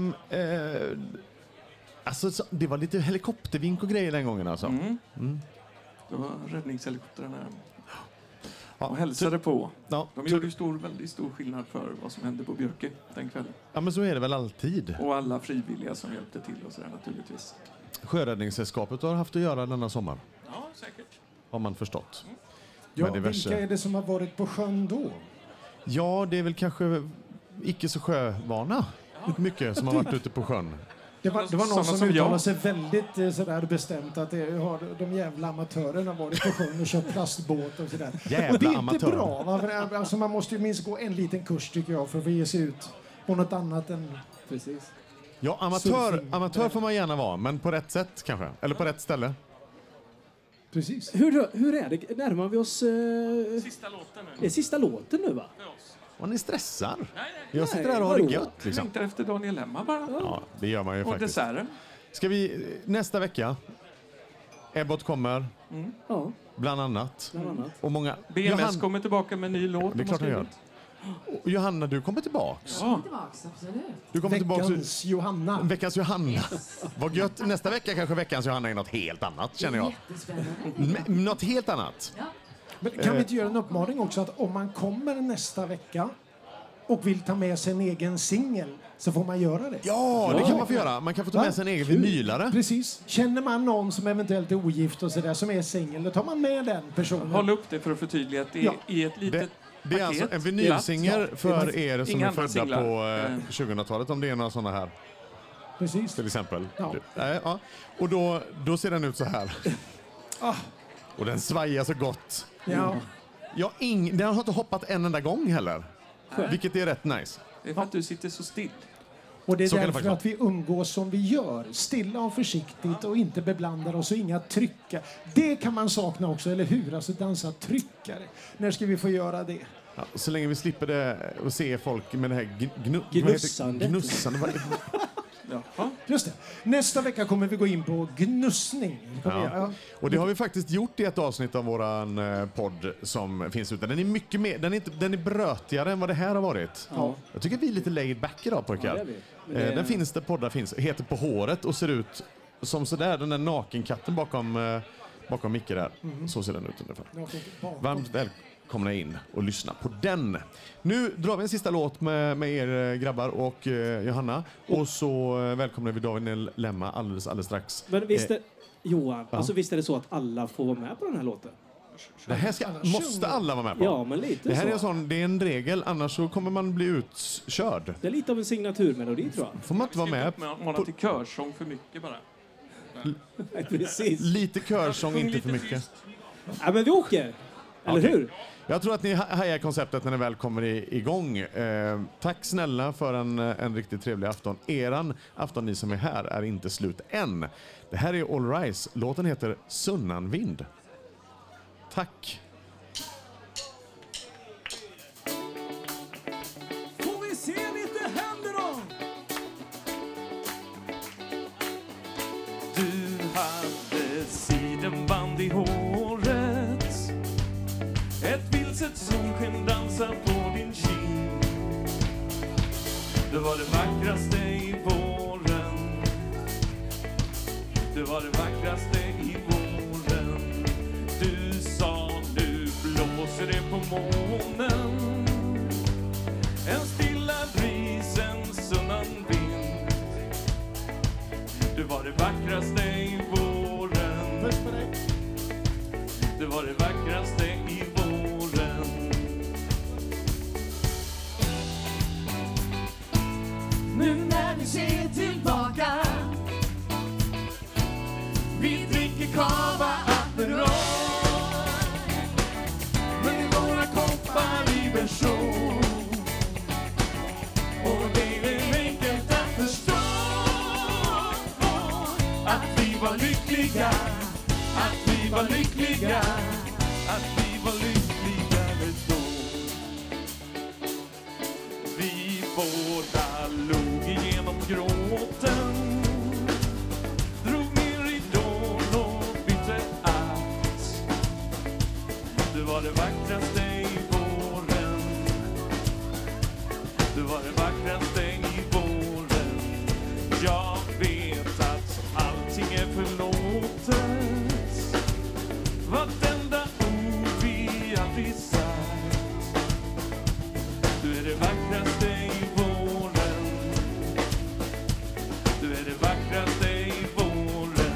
Speaker 1: alltså, det var lite helikoptervink och grejer den gången alltså.
Speaker 3: Det var räddningshelikoptrarna
Speaker 1: Ja,
Speaker 3: och hälsade på.
Speaker 1: Ja,
Speaker 3: De gjorde ju väldigt stor skillnad för vad som hände på Björke den kvällen.
Speaker 1: ja, men så är det väl alltid.
Speaker 3: Och alla frivilliga som hjälpte till och sådär naturligtvis.
Speaker 1: Sjöräddningssällskapet har haft att göra denna sommar.
Speaker 3: Ja, säkert.
Speaker 1: Har man förstått.
Speaker 2: Ja,
Speaker 1: Med diverse-
Speaker 2: vilka är det som har varit på sjön då?
Speaker 1: Ja, det är väl kanske icke så sjövana. Mycket som har varit ute på sjön.
Speaker 2: Det var någon
Speaker 3: Sådana
Speaker 2: som
Speaker 3: som
Speaker 2: uttalade
Speaker 3: jag.
Speaker 2: sig väldigt sådär bestämt att det har de jävla amatörerna varit på sjön och kört plastbåt och sådär.
Speaker 1: Jävla
Speaker 2: och det är inte
Speaker 1: amatörer.
Speaker 2: bra. Va? För, alltså, man måste ju minst gå en liten kurs tycker jag för att ge sig ut på något annat än...
Speaker 8: Precis.
Speaker 1: Ja, amatör får man gärna vara, men på rätt sätt kanske. Eller på rätt ställe.
Speaker 2: Precis.
Speaker 8: Hur är det? Närmar vi oss...
Speaker 3: Sista låten nu.
Speaker 8: Det är sista låten nu, va?
Speaker 1: Och ni stressar.
Speaker 3: Nej.
Speaker 1: Jag sitter här och har det
Speaker 8: vadå?
Speaker 1: gött.
Speaker 3: Jag
Speaker 1: Liksom.
Speaker 3: längtar efter Daniel Lemma bara.
Speaker 1: Ja, det gör man ju
Speaker 3: Och
Speaker 1: faktiskt.
Speaker 3: desserten.
Speaker 1: Ska vi nästa vecka? Ebbot kommer,
Speaker 8: Ja,
Speaker 1: bland annat.
Speaker 8: bland annat.
Speaker 1: Och många...
Speaker 3: BMS kommer tillbaka med en ny låt.
Speaker 1: Det är klart han gör. Och Johanna, du kommer tillbaks.
Speaker 3: Ja.
Speaker 1: Du kommer tillbaks.
Speaker 2: Veckans Johanna.
Speaker 1: Veckans Johanna. Vad gött. Nästa vecka kanske veckans Johanna är något helt annat, känner jag. Något helt annat.
Speaker 2: Men kan vi inte göra en uppmaning också att om man kommer nästa vecka och vill ta med sig en egen singel så får man göra det.
Speaker 1: Ja, det kan man få göra. Man kan få ta med sig en egen vinylare.
Speaker 2: Precis. Känner man någon som eventuellt är ogift och sådär som är singel, då tar man med den personen.
Speaker 3: Håll upp det för att förtydliga att det är i ett litet
Speaker 1: Det är alltså en vinylsingel för er som
Speaker 3: Inga
Speaker 1: är
Speaker 3: andra
Speaker 1: födda
Speaker 3: singlar.
Speaker 1: på 2000-talet, om det är några sådana här.
Speaker 2: Precis.
Speaker 1: Till exempel.
Speaker 2: Ja.
Speaker 1: Ja. Och då ser den ut så här. Och den svajar så gott.
Speaker 2: Ja.
Speaker 1: Den har inte hoppat en enda gång heller. Vilket är rätt nice.
Speaker 3: Det är för att du sitter så still.
Speaker 2: Och det är
Speaker 1: Så kan det
Speaker 2: därför
Speaker 1: faktiskt
Speaker 2: att vi umgås som vi gör. Stilla och försiktigt och inte beblandar oss och inga tryckare. Det kan man sakna också, eller hur? Alltså dansa tryckare. När ska vi få göra det?
Speaker 1: Ja, så länge vi slipper det och se folk med det här
Speaker 8: Gnussandet.
Speaker 1: Gnussande.
Speaker 2: Just det. Nästa vecka kommer vi gå in på gnussning.
Speaker 1: Ja. Och det har vi faktiskt gjort i ett avsnitt av våran podd som finns ute. Den är mycket mer, den är brötigare än vad det här har varit.
Speaker 8: Ja.
Speaker 1: Jag tycker vi är lite laid back idag, pojkar.
Speaker 8: Ja, det är vi. Men det-
Speaker 1: Den finns där poddar finns. Heter På håret och ser ut som sådär, den där nakenkatten bakom Micke där. Så ser den ut ungefär. Varmt välkomna in och lyssna på den. Nu drar vi en sista låt med er grabbar och Johanna. Och så välkomnar vi Daniel Lemma alldeles strax.
Speaker 8: Men visst är, Johan,
Speaker 1: Ja.
Speaker 8: alltså visst är det så att alla får vara med på den här låten?
Speaker 1: Det här måste alla vara med på.
Speaker 8: Ja, men lite
Speaker 1: Det här
Speaker 8: så.
Speaker 1: Det är en regel, annars så kommer man bli utkörd.
Speaker 8: Det är lite av en signaturmelodi, tror jag.
Speaker 1: Får man inte vara med?
Speaker 3: Mana till körsång för mycket bara.
Speaker 8: Precis.
Speaker 1: Lite körsång, inte för mycket.
Speaker 8: Ja, men vi åker. Eller
Speaker 1: Okej.
Speaker 8: hur?
Speaker 1: Jag tror att ni hajar konceptet när ni väl kommer igång. Tack snälla för en riktigt trevlig afton. Eran afton, ni som är här, är inte slut än. Det här är All Rise. Låten heter Sunnanvind. Tack.
Speaker 2: Får vi se lite händer då?
Speaker 7: Du hade sidenband i håret. Ett vilset solsken dansar på din kind. Du var det vackraste i våren. Du var det vackraste i våren. Du sa nu blåser det på månen. En stilla bris, en sunnan vind. Du var det vackraste i våren. Du var det vackraste i våren.
Speaker 9: Nu när vi ser tillbaka,
Speaker 7: Vi dricker cava Aperol. Men i våra koppar i berså. Och det är enkelt att förstå att vi var lyckliga, att vi var lyckliga, att vi var lyckligare då. Vi båda log igenom gråten, drog ner ridån och bytte akt. Du var det vackraste i våren. Du var det vackraste i våren. Jag vet att allting är förlåtet. Vartenda ord vi aldrig sagt. Du är det vackraste i våren. Du är det vackraste i våren.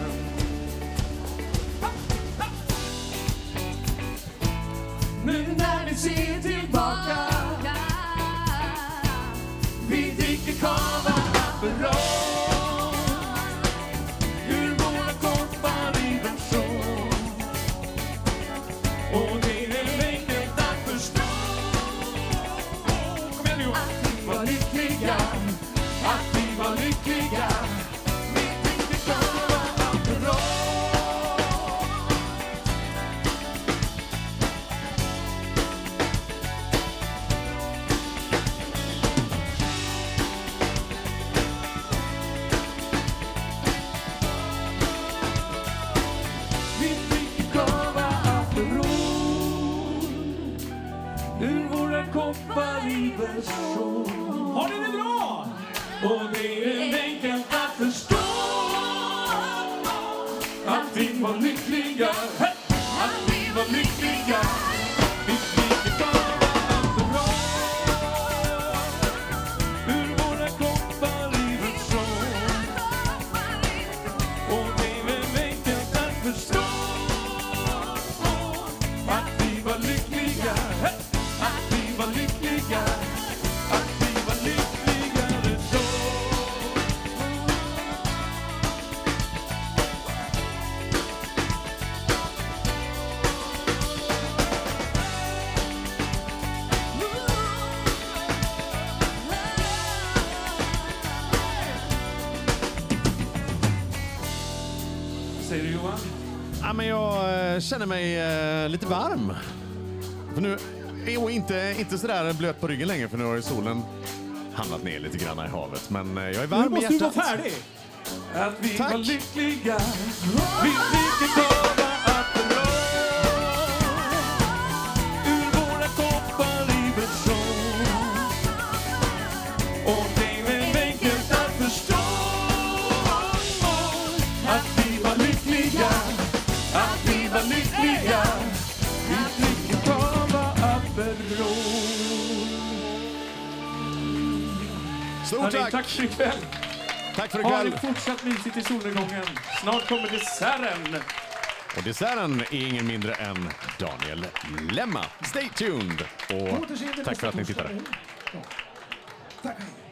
Speaker 7: person. Har ni det bra? Och det är enkelt att förstå att vi var lyckliga, att vi var lyckliga. Vi fick bara allt bra ur våra koppar i version. Och det är enkelt att förstå att vi var lyckliga, att vi var lyckliga, att vi var lyckligare då. Säger du, Johan?
Speaker 1: Ja, men jag känner mig lite varm. För nu är jag inte sådär blöt på ryggen längre, för nu har ju solen hamnat ner lite grann i havet. Men jag är varm i hjärtat.
Speaker 7: Nu måste du vara färdig. Att vi var lyckliga. Vi fick bara att dra ur våra koppar i version. Och det är enkelt att förstå att vi var lyckliga, att vi var lyckliga. Vi fick bara att dra.
Speaker 1: Stort tack!
Speaker 7: Tack för ikväll.
Speaker 1: Tack för
Speaker 7: Ha
Speaker 1: ikväll.
Speaker 7: det fortsatt mysigt i solnedgången. Snart kommer desserten.
Speaker 1: Och desserten är ingen mindre än Daniel Lemma. Stay tuned! Och tack för att ni tittade.
Speaker 2: Tack.